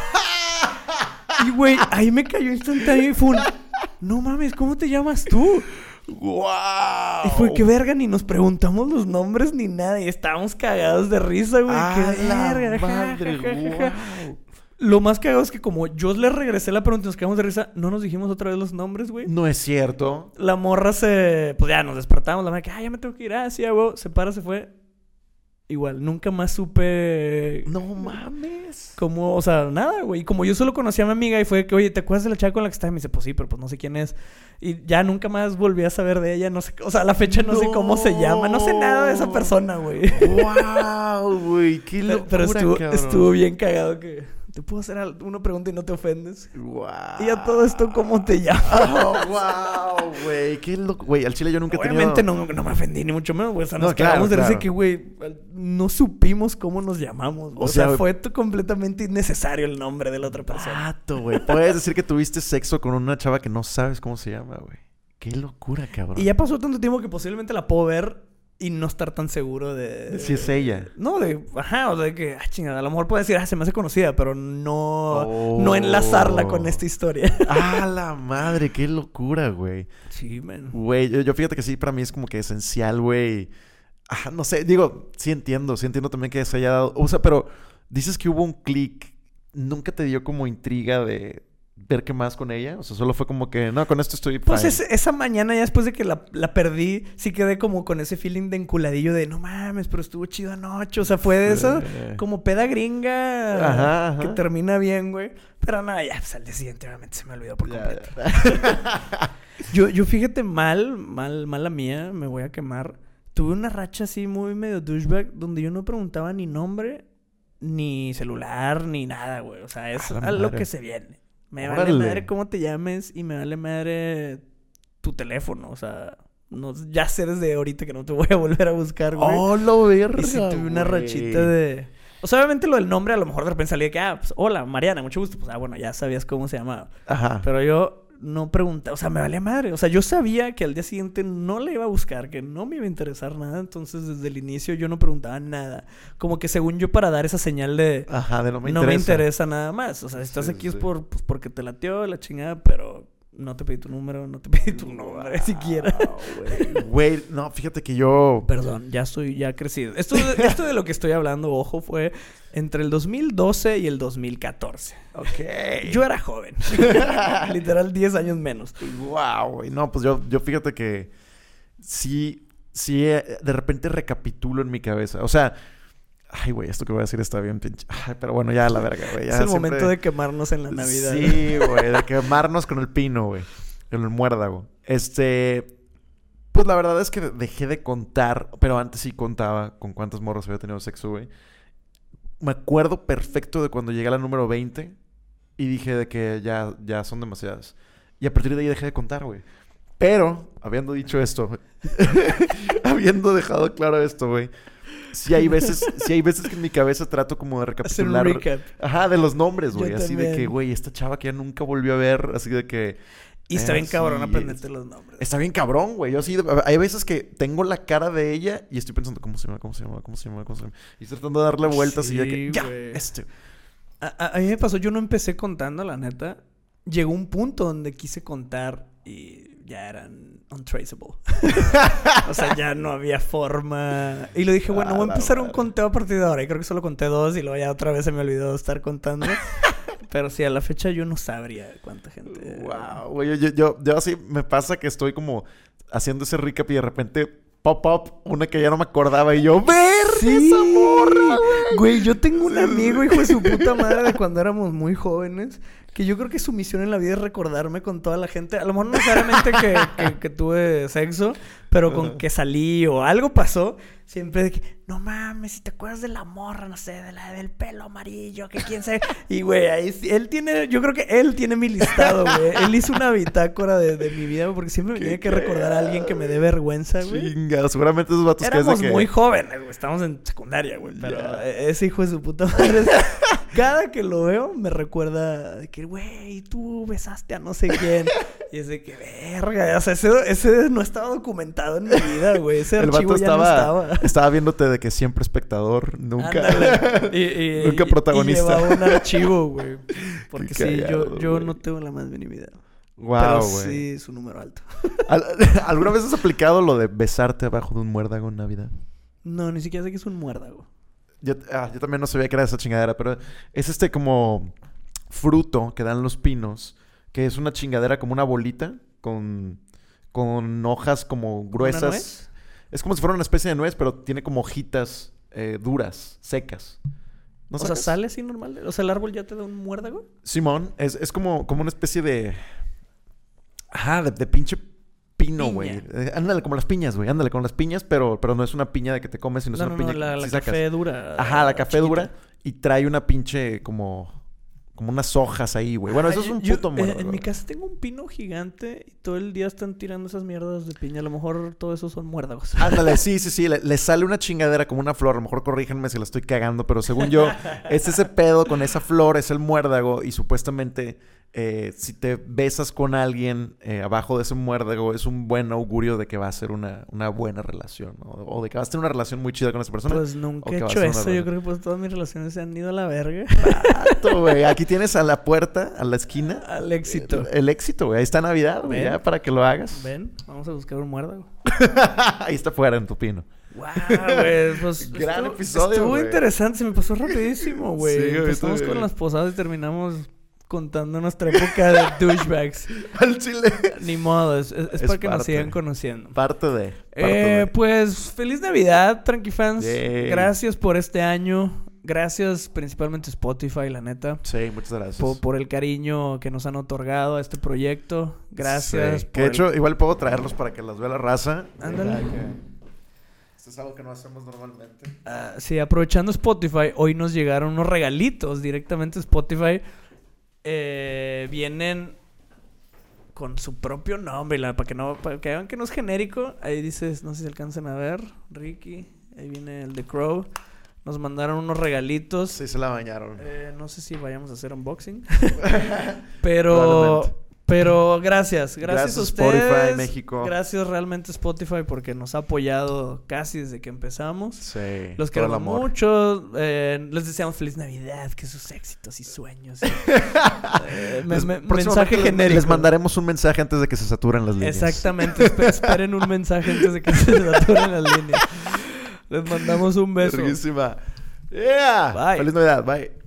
Y, güey, ahí me cayó instantáneo y fue un, no mames, ¿cómo te llamas tú? ¡Wow! Y fue que verga, ni nos preguntamos los nombres ni nada. Y estábamos cagados de risa, güey. ¡Ah, ¡Qué la verga! Ja, madre! ja, ja, ja, ja. ¡Wow! Lo más cagado es que como yo le regresé la pregunta y nos quedamos de risa, no nos dijimos otra vez los nombres, güey. No es cierto. La morra se... Pues ya nos despertamos. La madre que, ah, ya me tengo que ir. Ah, sí, güey. Se para, se fue. Igual, nunca más supe... No mames. Como, o sea, nada, güey. Y como yo solo conocía a mi amiga y fue que, oye, ¿te acuerdas de la chava con la que estaba? Y me dice, pues sí, pero pues no sé quién es. Y ya nunca más volví a saber de ella. No sé, o sea, a la fecha no, no sé cómo se llama. No sé nada de esa persona, güey. ¡Wow, güey! ¡Qué locura, pero estuvo, cabrón! estuvo bien cagado que... ¿Te puedo hacer una pregunta y no te ofendes? ¡Wow! Y a todo esto, ¿cómo te llamas? ¡Oh, wow, güey! ¡Qué loco! Güey, al chile yo nunca he tenido... Obviamente no, no me ofendí, ni mucho menos, güey. O sea, nos No, claro, quedamos de claro. decir que, güey, no supimos cómo nos llamamos. O, o sea, sea fue t- completamente innecesario el nombre de la otra persona. Pato, güey. Puedes decir que tuviste sexo con una chava que no sabes cómo se llama, güey. ¡Qué locura, cabrón! Y ya pasó tanto tiempo que posiblemente la puedo ver y no estar tan seguro de... Si es ella. No, de... Ajá, o sea, de que... Ah, chingada, a lo mejor puede decir... Ah, se me hace conocida, pero no... Oh. No enlazarla con esta historia. ¡Ah, la madre! ¡Qué locura, güey! Sí, man. Güey, yo, yo fíjate que sí, para mí es como que esencial, güey. Ah, no sé, digo, sí entiendo. Sí entiendo también que se haya dado... O sea, pero dices que hubo un clic. ¿Nunca te dio como intriga de ver qué más con ella? O sea, solo fue como que... No, con esto estoy... Pues es, esa mañana ya después de que la, la perdí, sí quedé como con ese feeling de enculadillo de... No mames, pero estuvo chido anoche. O sea, fue de eso como peda gringa. Ajá, ajá. Que termina bien, güey. Pero no, ya, pues al día siguiente obviamente se me olvidó por completo. yo, yo fíjate, mal, mal, mala mía, me voy a quemar. Tuve una racha así muy medio douchebag donde yo no preguntaba ni nombre, ni celular, ni nada, güey. O sea, es a, a lo que se viene. Me Órale. Vale madre cómo te llames y me vale madre tu teléfono. O sea, no, ya sé desde ahorita que no te voy a volver a buscar, güey. ¡Oh, lo verga! Y si tuve una güey. rachita de... O sea, obviamente lo del nombre a lo mejor de repente salía de que... Ah, pues, hola, Mariana, mucho gusto. Pues, ah, bueno, ya sabías cómo se llamaba. Ajá. Pero yo no preguntaba. O sea, me valía madre. O sea, yo sabía que al día siguiente no le iba a buscar. Que no me iba a interesar nada. Entonces, desde el inicio yo no preguntaba nada. Como que según yo para dar esa señal de... Ajá, de no me no interesa. No me interesa nada más. O sea, si estás sí, aquí sí. es por, pues, porque te lateó la chingada, pero... No te pedí tu número, no te pedí tu nombre wow, siquiera. Güey, no, fíjate que yo... Perdón, ya estoy ya crecido. Esto, esto de lo que estoy hablando, ojo, fue entre el dos mil doce y el dos mil catorce. Ok. Yo era joven. Literal, diez años menos. Wow, güey. No, pues yo, yo fíjate que sí, sí, de repente recapitulo en mi cabeza. O sea... Ay, güey, esto que voy a decir está bien pinche... Ay, pero bueno, ya la verga, güey. Es el siempre... momento de quemarnos en la Navidad. Sí, güey, de quemarnos con el pino, güey. Con el muérdago. Este... Pues la verdad es que dejé de contar, pero antes sí contaba con cuántas morras había tenido sexo, güey. Me acuerdo perfecto de cuando llegué a la número veinte y dije de que ya, ya son demasiadas. Y a partir de ahí dejé de contar, güey. Pero, habiendo dicho esto, habiendo dejado claro esto, güey, sí hay veces, sí hay veces que en mi cabeza trato como de recapitular. Hacer un recap. Ajá, de los nombres, güey. Así también. de que, güey, esta chava que ya nunca volvió a ver, así de que... Y está eh, bien cabrón sí, aprenderte los nombres. Está bien cabrón, güey. Yo sí, hay veces que tengo la cara de ella y estoy pensando, ¿cómo se llama? ¿Cómo se llama? ¿Cómo se llama? ¿Cómo se llama? Y estoy tratando de darle vueltas sí, y ya que... ¡Ya! Wey. Este... A, a, a mí me pasó, yo no empecé contando, la neta. Llegó un punto donde quise contar y ya eran untraceable. O sea, ya no había forma. Y lo dije, bueno, voy a empezar un conteo a partir de ahora. Y creo que solo conté dos y luego ya otra vez se me olvidó estar contando. Pero sí, a la fecha yo no sabría cuánta gente... Wow, güey. Yo, yo, yo, yo así me pasa que estoy como haciendo ese recap y de repente pop up una que ya no me acordaba y yo... ¡Ver sí, esa morra, güey! Güey, yo tengo un amigo, hijo de su puta madre, de cuando éramos muy jóvenes, que yo creo que su misión en la vida es recordarme con toda la gente. A lo mejor no necesariamente que, que, que tuve sexo, pero con que salí o algo pasó. Siempre de que, no mames, si te acuerdas de la morra, no sé, de la del pelo amarillo, que quién sabe. Y güey, ahí él tiene, yo creo que él tiene mi listado, güey. Él hizo una bitácora de, de mi vida, porque siempre me tiene que recordar a alguien que me dé vergüenza, güey. Chinga, seguramente esos vatos Éramos que... muy jóvenes, güey. Estábamos en secundaria, güey. Pero yeah. ese hijo de su puta madre, cada que lo veo, me recuerda de que, güey, tú besaste a no sé quién. Y es de que, verga, o sea, ese, ese no estaba documentado en mi vida, güey. Ese el archivo ya estaba, no estaba. Estaba viéndote de que siempre espectador, nunca... y, y, nunca protagonista. Y llevaba un archivo, güey. Porque Qué sí, cagado, yo, yo güey. no tengo la más mínima idea. Wow, pero güey. sí, su número alto. ¿Alguna vez has aplicado lo de besarte abajo de un muérdago en Navidad? No, ni siquiera sé que es un muérdago. Yo, ah, yo también no sabía que era esa chingadera, pero es este como fruto que dan los pinos, que es una chingadera como una bolita con, con hojas como gruesas. ¿Una nuez? Es como si fuera una especie de nuez, pero tiene como hojitas eh, duras, secas. ¿No o sacas? sea, ¿sale así normal? O sea, ¿el árbol ya te da un muérdago? Simón, es, es como, como una especie de... Ajá, de, de pinche pino, güey. Eh, ándale, como las piñas, güey. Ándale, con las piñas, pero, pero no es una piña de que te comes, sino No, es una no, piña no, la, que la sí café sacas. dura. Ajá, la café chiquita. dura. Y trae una pinche como... Como unas hojas ahí, güey. Bueno, eso es un yo, puto muerto. En, en mi casa tengo un pino gigante y todo el día están tirando esas mierdas de piña. A lo mejor todo eso son muérdagos. Ándale, sí, sí, sí. Le, le sale una chingadera como una flor. A lo mejor corríjanme si la estoy cagando, pero según yo, es ese pedo con esa flor, es el muérdago. Y supuestamente, eh, si te besas con alguien eh, abajo de ese muérdago, es un buen augurio de que va a ser una, una buena relación, ¿no? O de que vas a tener una relación muy chida con esa persona. Pues nunca he hecho eso. Yo creo que pues todas mis relaciones se han ido a la verga. Pato, güey. Aquí tienes a la puerta, a la esquina. Al éxito. El, el éxito, güey. Ahí está Navidad, güey. Ya para que lo hagas. Ven, vamos a buscar un muérdago. Ahí está fuera en tu pino. Wow, güey. Pues gran estuvo, episodio, Estuvo güey. interesante. Se me pasó rapidísimo, güey. Sí, Empezamos güey, con güey. las posadas y terminamos contando nuestra época de douchebags. Al chile. Ni modo. Es, es, es Es para que nos parte. sigan conociendo. Parte de. Parte Eh, de. pues, feliz Navidad, Tranquifans. Yay. Gracias por este año. Gracias principalmente Spotify, la neta. Sí, muchas gracias. Por, por el cariño que nos han otorgado a este proyecto. Gracias. Sí. por Que de el- hecho, igual puedo traerlos para que las vea la raza. Ándale. Ya que- Esto es algo que no hacemos normalmente. Ah, sí, aprovechando Spotify, hoy nos llegaron unos regalitos directamente de Spotify. Eh, vienen con su propio nombre, la, para que no, para que vean que no es genérico. Ahí dices, no sé si alcanzan a ver, Ricky. Ahí viene el de Crow. Nos mandaron unos regalitos. Sí, se la bañaron. Eh, no sé si vayamos a hacer unboxing. Pero... Pero gracias, gracias, Gracias, a ustedes. Spotify, México. Gracias realmente Spotify porque nos ha apoyado casi desde que empezamos. Sí. Los todo el queremos amor. mucho. Eh, les deseamos feliz Navidad, que sus éxitos y sueños. Eh, me- Les- me- próximamente mensaje les- genérico. Les mandaremos un mensaje antes de que se saturen las líneas. Exactamente. espe- esperen un mensaje antes de que se saturen las líneas. Les mandamos un beso. Verguísima. Yeah. Bye. Feliz Navidad. Bye.